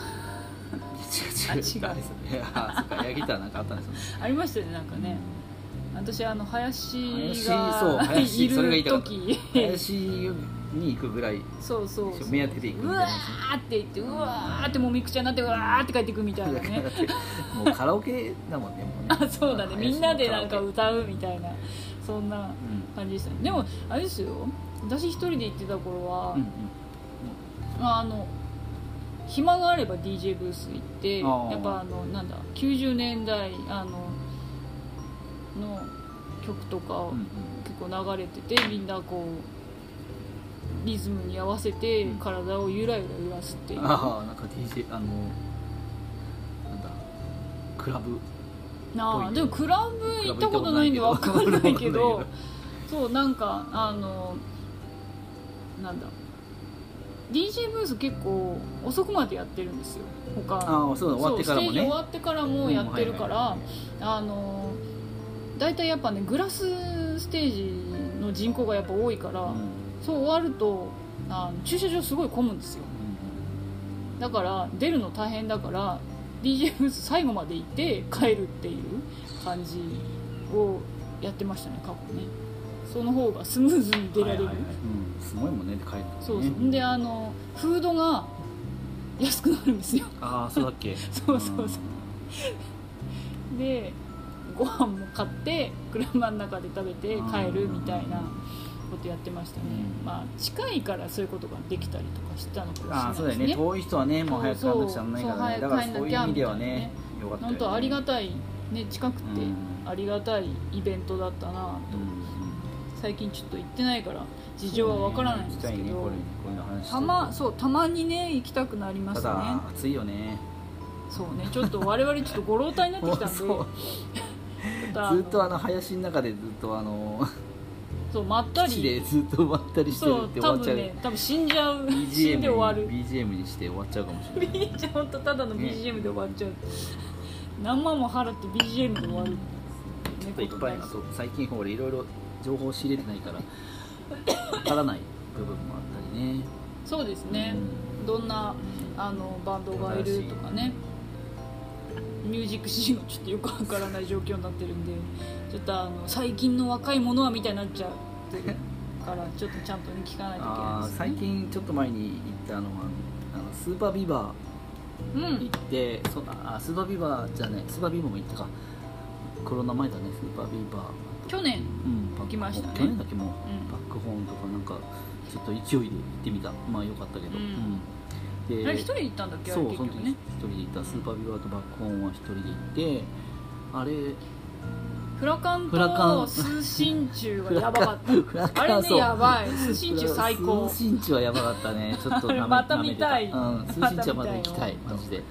違う違うあ違うですねいやそっかエアギターなんかあったんですよねありましたよねなんかね、私あの林林そうが林いるそれが言いたかった時林に行くぐらいそうそうそう目当てで行くみうわたいなーって言ってうわーってもうミクちゃんになってうわーって帰ってくみたいなねもうカラオケだもんねもうねあそうだねみんなでなんか林の歌うみたいなそんなカラオケ感じでしたね、でもあれですよ私一人で行ってた頃は、 うんうんまあ、あの暇があれば ディージェー ブース行ってあーやっぱあのなんだきゅうじゅうねんだいあのの曲とかをうんうん結構流れててみんなこうリズムに合わせて体をゆらゆら揺らすっていう、 ああなんか ディージェー あのなんだクラブなあでもクラブ行ったことないんで分かんないけどそうなんかあのなんだ ディージェー ブース結構遅くまでやってるんですよ他ああそうだ終わってからもねそうステージ終わってからもやってるから、 うんはいはいあのだいたいやっぱねグラスステージの人口がやっぱ多いから、 うんそう終わるとあの駐車場すごい混むんですよだから出るの大変だから ディージェー ブース最後まで行って帰るっていう感じをやってましたね過去ねその方がスムーズに出られる、 はいはいはいうん、すごいもんね帰るとねそうそうであのフードが安くなるんですよああそうだっけそうそうそうでご飯も買って車の中で食べて帰るみたいなことやってましたね、 うんまあ近いからそういうことができたりとかしてたのかもしれないああそうだですねよね遠い人はねもう早く帰らなくちゃならないからねそうそうだからそういう意味では早く帰んなきゃみたいなねねよかったよね本当ありがたいね近くてうんありがたいイベントだったなと、 うん最近ちょっと行ってないから事情はわからないんですけど、 行きたいねこれこういうの話してたまそうたまにね行きたくなりまたすねだ暑いよねそうねちょっと我々ちょっとご老体になってきたんでそうちょっとあのずっとあの林の中でずっとあのそうまった基地でりずっとまったりしてるって終そう多わっちゃう分ね多分死んじゃうビージー死エムんで終わるビージーエム にして終わっちゃうかもしれないビージーエム 本当ただの ビージーエム で終わっちゃう、何万も払って ビージーエム で終わる、 ちょっといっぱいあと最近俺いろいろ情報を仕入れてないからわからない部分もあったりねそうですね、どんなあのバンドがいるとかねミュージックシーンがちょっとよくわからない状況になってるんでちょっとあの最近の若いものはみたいになっちゃってるからちょっとちゃんと、ね、聞かないといけないあですね最近ちょっと前に行ったのはあのスーパービバうんー行って、そあスーパービバーじゃないスーパービバーも行ったかコロナ前だねスーパービバー去年うん行きましたね去年だっけもう、 んバックホーンとかなんかちょっと勢いで行ってみたまあよかったけど、 うんうんであれ一人で行ったんだっけあれそうその時結局ね一人で行ったスーパービバーとバックホーンは一人で行ってあれフラカンフラカンとスシンチュがやばかっフラたあれねカンそうやばいスシンチュ最高スシンチュはやばかったねちょっと舐めまた見たい舐めてうん、スシンチュはまだ行きたいマジで、うん、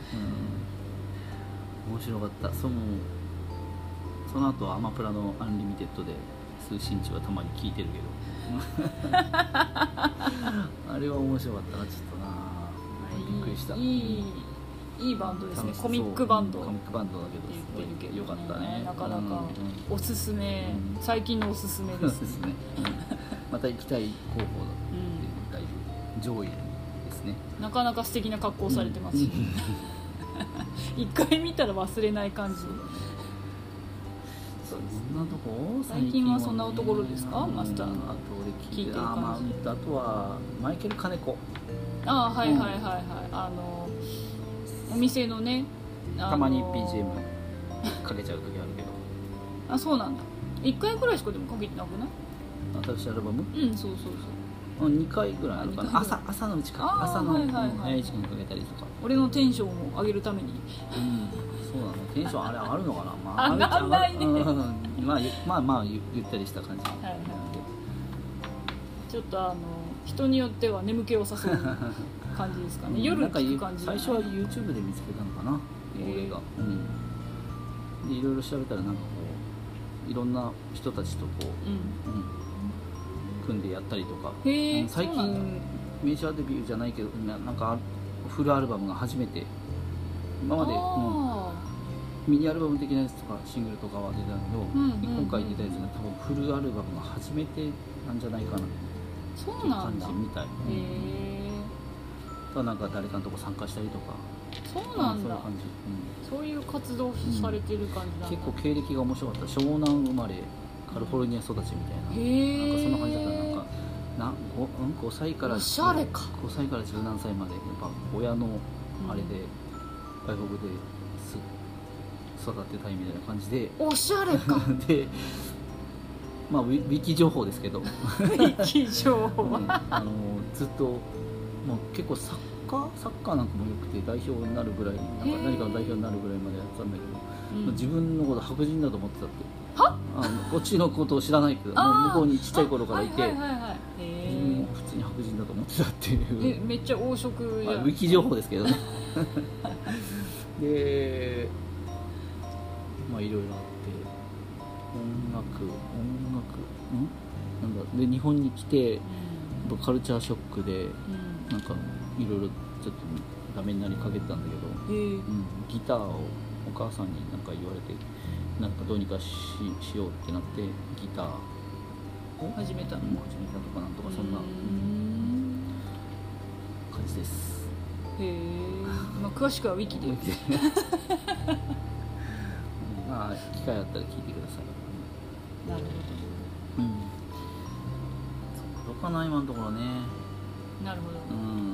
面白かったそのその後アマプラのアンリミテッドでスシンチュはたまに聞いてるけどあれは面白かったなちょっとなびっくりしたいいいいバンドですね楽しそうコミックバンドコミックバンドだけど言ってるけどねよかったねなかなかうんうんおすすめ、 うん最近のおすすめそうですですね、うんまた行きたい候補うんだいぶ上位ですねなかなか素敵な格好をされてますし、 うん一回見たら忘れない感じそうそんなとこ最近はそんなところですか、マスターがあと俺聞いてる聞いてる感じ。 あ、まあ、あとはマイケル金子、 ああはいはいはいはい、あのお店のね、あのたまに ビージーエム かけちゃう時あるけどあ、そうなんだ。いっかいくらいしかでもかけてなくない？ 新しいアルバムうん、そうそうそう。 にかいぐらいあるかな。朝朝のうちかあー朝の、 はいはいはい早い時間かけたりとか。 俺のテンションを上げるために。 うんそうなの。テンションあれ上がるのかな。まあ上がんないね上がるうんまあゆまあまあゆゆったりした感じ。 はいはい。ちょっとあの人によっては眠気を誘う感じですかね。夜なんか聞く感じ。 最初は YouTube で見つけたのかな。 へー俺が。うん。でいろいろ調べたらなんかこういろんな人たちとこう、 うん。 うん、組んでやったりとか。 へえ。 最そうなんだ。 近メジャーデビューじゃないけどななんかフルアルバムが初めて今まで、うんあミニアルバム的なやつとかシングルとかは出たけど、 うんうんうん今回出たやつが多分フルアルバムが初めてなんじゃないかなってーそういうなんだ。 感じみたい。 へうんえ。 となんか誰かのとこ参加したりとか、 そうなんだ。 そういう感じ、 そういう活動されてる感じうん、 なんだ。 結構経歴が面白かった。湘南生まれカリフォルニア育ちみたいな、 へえ。 なんかそんな感じだったらなんかな 5, うんごさいからおしゃれか。 ごさいからじゅう何歳までやっぱ親のあれで外国です育てたいみたいな感じでおしゃれか。 でまあウィ、ウィキ情報ですけどウィキ情報うんは。 あのずっともう結構サッカーサッカーなんかもよくて代表になるぐらいなんかへー何かの代表になるぐらいまでやってたんだけど、 うん自分のこと白人だと思ってたってはあのこっちのことを知らないけどもうあー向こうにちっちゃい頃からいて、 はいはいはいはい。へ自分も普通に白人だと思ってたっていえ。えうめっちゃ黄色じゃん。 まあウィキ情報ですけどねでまあいろいろあって音楽音楽んなんだで日本に来てやっぱカルチャーショックでうんなんかいろいろちょっとダメになりかけてたんだけど、 うん。へえ。 うん、ギターをお母さんになんか言われてなんかどうにかししようってなってギターを始めたの。 うん始めたとかなんとかそんなうーん感じですへえ。まあ詳しくはウィキで。 まあ機会あったら聞いてください。 なるうんそうかな今のところね。 ほど。なるほど。 うん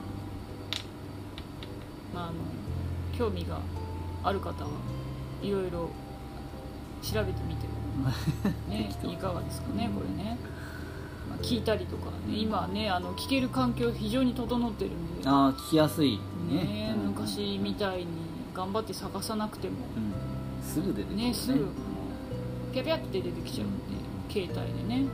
まああの興味がある方はいろいろ調べてみてね適当いかがですかね、 うんこれね。まあ聞いたりとかね、今はねあの聞ける環境非常に整ってるんで。 ああ聞きやすいねね、 うん昔みたいに頑張って探さなくても、 うんすぐ出てくるね、すぐもうピャピャって出てきちゃうんで、携帯でね。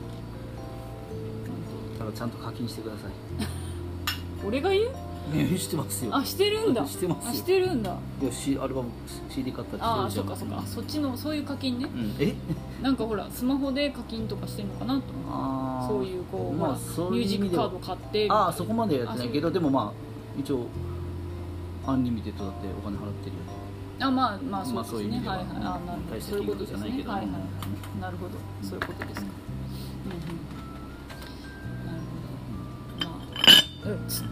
ただちゃんと課金してください。 俺が言う？ ねしてますよ。 あ、してるんだ。 してますよあ、してるんだ。 いや C アルバム シーディー 買ったああ、 らしてるじゃん。 そっかそっか。そっちのそういう課金ね。 うんえなんかほらスマホで課金とかしてんのかなと思あーう。そういうこう、 まあまあそうミュージックカーいう意味ではド買って。 ああそこまでやってないけどあそうでもまあ一応アンリミテッドだってお金払ってるよ。 あ、まあまあまあそうですね。 そういう意味でははいはい。あ、なるほど。 大したそういうことですね。 金額じゃないけどはいはい。なるほど。そういうことですか。うんうん。なるほど。まあ、うんつ。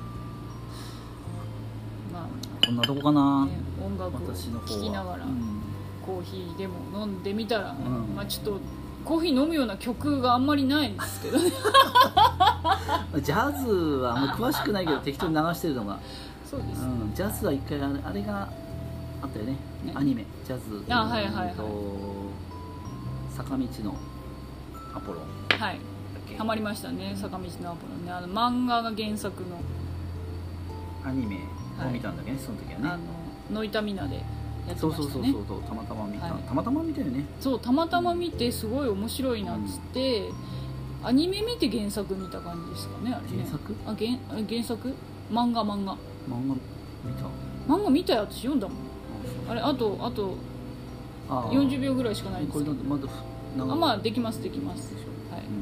まあ、 こんなとこかな。 ね、音楽を私の方は聴きながら、 うんコーヒーでも飲んでみたら、 うんまあちょっとコーヒー飲むような曲があんまりないんですけどね。 ジャズはあんま詳しくないけど適当に流してるのが、 そうです。 うん、ジャズは一回あれあれがあったよねねアニメジャズあはいはいはいえっと坂道のアポロンはい。 だっけハマりましたね、坂道のアポロンね。あの漫画が原作の、 アニメを見たんだけどね、その時はあねのノイタミナでやってそうましたね。 そうそうそうそうたまたま見た、 はいたまたま見たよね。 そうたまたま見てすごい面白いなっつって、アニメ見て原作見た感じですかね、あれね。 原作あ原あ原作漫画漫画漫画見た漫画見たやつ読んだもん。 ああれあとあとああよんじゅうびょうぐらいしかないんですこれけど、 なんでまだ長あまあできますできます。 でしょ、 はい。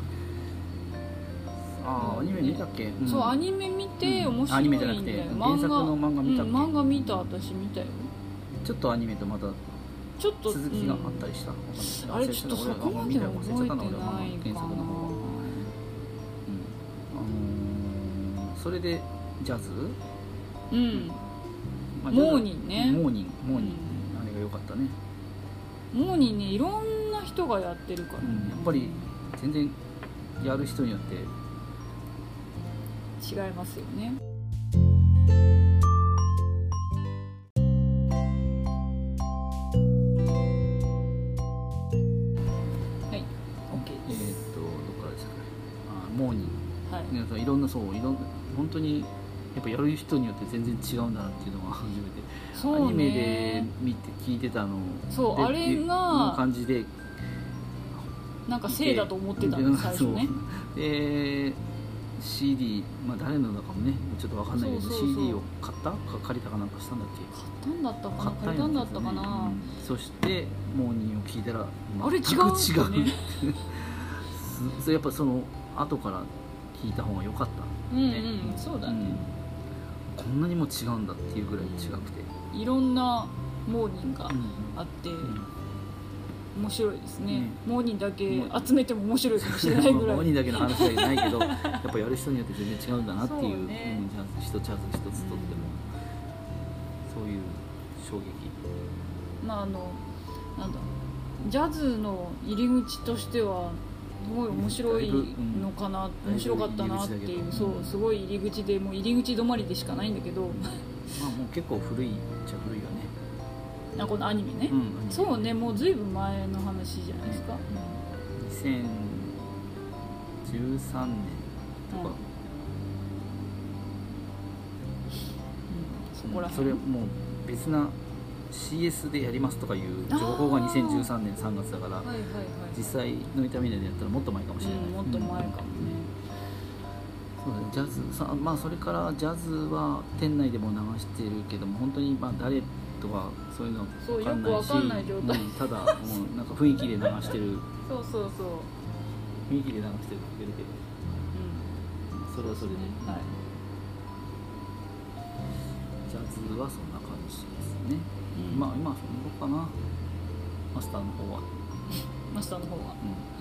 うん、ああアニメ見たっけ、んそうアニメ見て面白いんだよ。 アニメじゃなくて原作の漫画見たっけうん、漫画見た私見たよ。 ちょっとアニメとまたちょっと続きがあったりした、わかんないあれちょっとそこまで覚えてないかな。 忘れちゃったな俺は原作の方、うんあのーそれでジャズ、 うん。 まあモーニンねモーニンモーニン、 うんあれが良かったね。 モーニーねいろんな人がやってるから、ね、 うん、やっぱり全然やる人によって違いますよね。はい OK です。 えー、っとどこからですかね、あモーニー、 はい、 皆さんいろんなそういろん本当にやっぱやる人によって全然違うんだなっていうのが初めて、 そうね、 アニメで見て聞いてたのそうあれがの感じでなんかせいだと思ってたんで最初ね。 で シーディー、まあ、誰のだかもねちょっと分かんないけど、そうそうそう シーディー を買ったか借りたかなんかしたんだっけ。 買ったんだったかな、借りたんだったかな、うん、 そしてモーニーを聞いたらあれ違う全く違う、ね、やっぱその後から聞いた方が良かった、 ね、うんうんそうだね、 うん、こんなにも違うんだっていうぐらい違くて、 いろんなモーニーがあって、うんうん面白いですね、うん、モーニーだけ集めても面白いかもしれないぐらいモーニーだけの話じゃないけどやっぱやる人によって全然違うんだなっていう、ねうん、ジャズ一ジャズ一つとっても、うん、そういう衝撃。 まああのなんだジャズの入り口としてはすごい面白いのかな、うん、面白かったなっていう、そうすごい入り口でもう入り口止まりでしかないんだけどまあもう結構古いっちゃ古いよね。 あこのアニメね、うん、そうねもうずいぶん前の話じゃないですか、 うん、にせんじゅうさんねんとか、うんうん、 そこら辺それもう別な シーエス でやりますとかいう情報がにせんじゅうさんねんさんがつだから、はいはいはい、実際の痛みでやったらもっと前かもしれない、うん、 もっと前かもね、 そうだね、ジャズさ、まあ、それからジャズは店内でも流してるけども本当にまあ誰とかそういうの分かんないし、 そうよく分かんない状態、 うん、ただもうなんか雰囲気で流してるそうそうそう雰囲気で流してるだけで、うん、それはそれで、ねはい、ジャズはそんな感じですね、うん、まあ今はその後かなマスターの方はマスターの方は、うんはい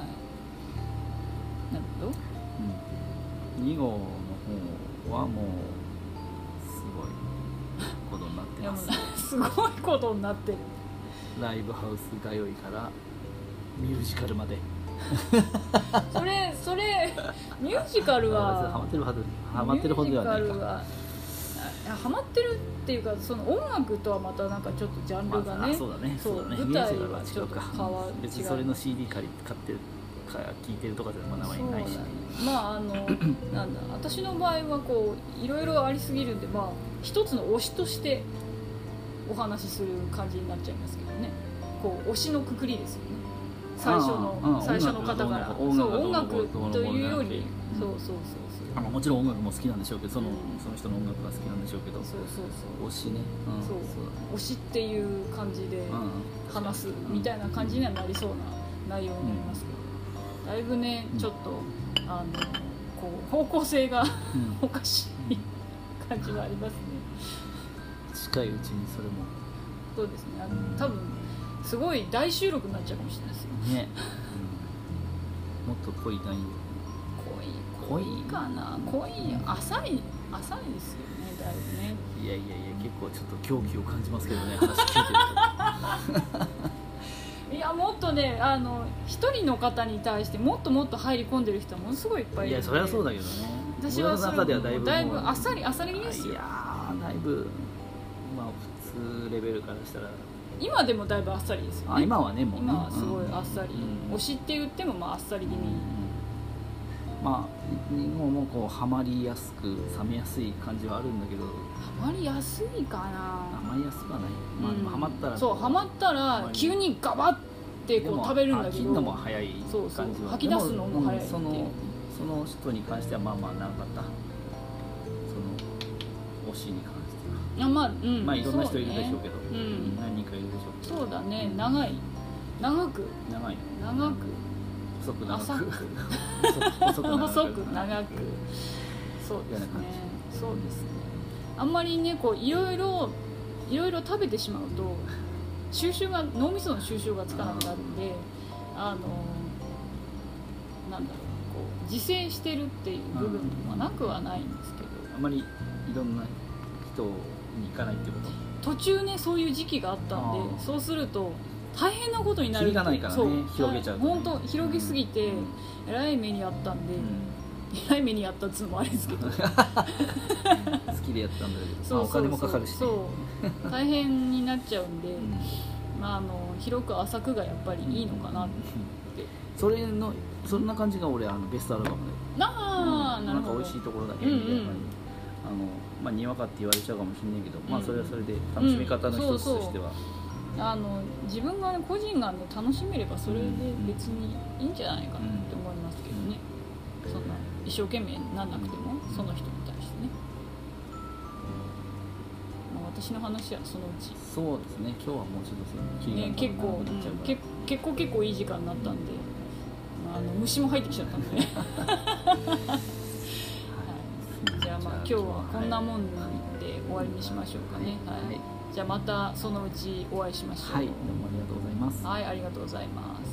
、なるほど、 うん、に号の方はもうすごいことになってますすごいことになってる。 ライブハウス通いからミュージカルまでそれそれミュージカルはハマってるはずハマってるほどではないか。ミュージカルはハマってるっていうかその音楽とはまたなんかちょっとジャンルがね、まあ、 そうだねそうそうだね舞台はちょっと変わる別にそれの シーディー 借り買ってる聞いてるとかじゃ名前ないし、ね、 まああのなんだ私の場合はこういろいろありすぎるんでまあ一つの推しとしてお話しする感じになっちゃいますけどね。こう推しのくくりですよね。最初の最初の方からそう音楽というより、うん、そうそうそうそうあのもちろん音楽も好きなんでしょうけどその、うん、その人の音楽が好きなんでしょうけどそうそうそう推しね、 うん、そうそう推しっていう感じで話すみたいな感じにはなりそうな内容になりますけど、うん、だいぶねちょっとあのこう方向性が、うん、おかしい感じはありますね。 近いうちにそれもそうですねあの多分すごい大収録になっちゃうかもしれないですよね、うん、もっと濃い内容濃い濃いかな濃い浅い浅いですよねだいぶね。 いやいやいや結構ちょっと狂気を感じますけどね話聞いてるといやもっとねあの一人の方に対してもっともっと入り込んでる人はものすごいいっぱいいる。 いやそれはそうだけどね。 私はそれではだいぶだいぶあっさりあっさりですよ。 いやだいぶまあ普通レベルからしたら今でもだいぶあっさりですよね。 あ今はねもうね今はすごいあっさり、うん、推しって言ってもまああっさり気味、うん、 まあ日本もこうハマりやすく冷めやすい感じはあるんだけどハマりやすいかな。 ハマりやすくはない、まあ、でもハマったらそうハマったら急にガバッてこう食べるんだけど飽きるのも早い感じはそうそう吐き出すのも早いっていう、 そのその人に関してはまあまあ長かったその推しに関してはあまあ、うん、 まあいろんな人いるでしょうけど、 ねうん、 何人かいるでしょうけどそうだね長い長く長い長く細く長く浅く細く長く細く長くそうですねそうですねあんまりねこういろいろいろいろ食べてしまうと収集が脳みその収集がつかなくなるんであのなんだろうこう自制してるっていう部分もなくはないんですけどあんまりいろんな人に行かないってこと途中ねそういう時期があったんでそうすると大変なことになるって。 キリがないからね、広げちゃうとね、 本当広げすぎて、うん、えらい目にあったんで、うん、えらい目にあったっつうのもあれですけど好きでやったんだけど、そうそうそう、まあ、お金もかかるし、ね、 そう大変になっちゃうんで、うん、まあ、あの広く浅くがやっぱりいいのかなって、うん、 それのそんな感じが俺あのベストアルバムで、 ああ、うん、なるほど。 なんか美味しいところだけ見て、うんうん、やっぱりあの、まあ、にわかって言われちゃうかもしれないけど、うん、まあ、それはそれで楽しみ方の一つとしては、うん、そうそう、 あの自分が、ね、個人が、ね、楽しめればそれで別にいいんじゃないかなって思いますけどね、うん、そんな一生懸命なんなくてもその人に対してね、まあ、私の話はそのうち、 そうですね、今日はもうちょっとその、 ね、結構、うん、け結構結構いい時間になったんで、まあ、あの虫も入ってきちゃったんでねはい、じゃあまあ今日はこんなもんで終わりにしましょうかね、はい、はい、じゃあまたそのうちお会いしましょう。 はい、どうもありがとうございます。 はい、ありがとうございます。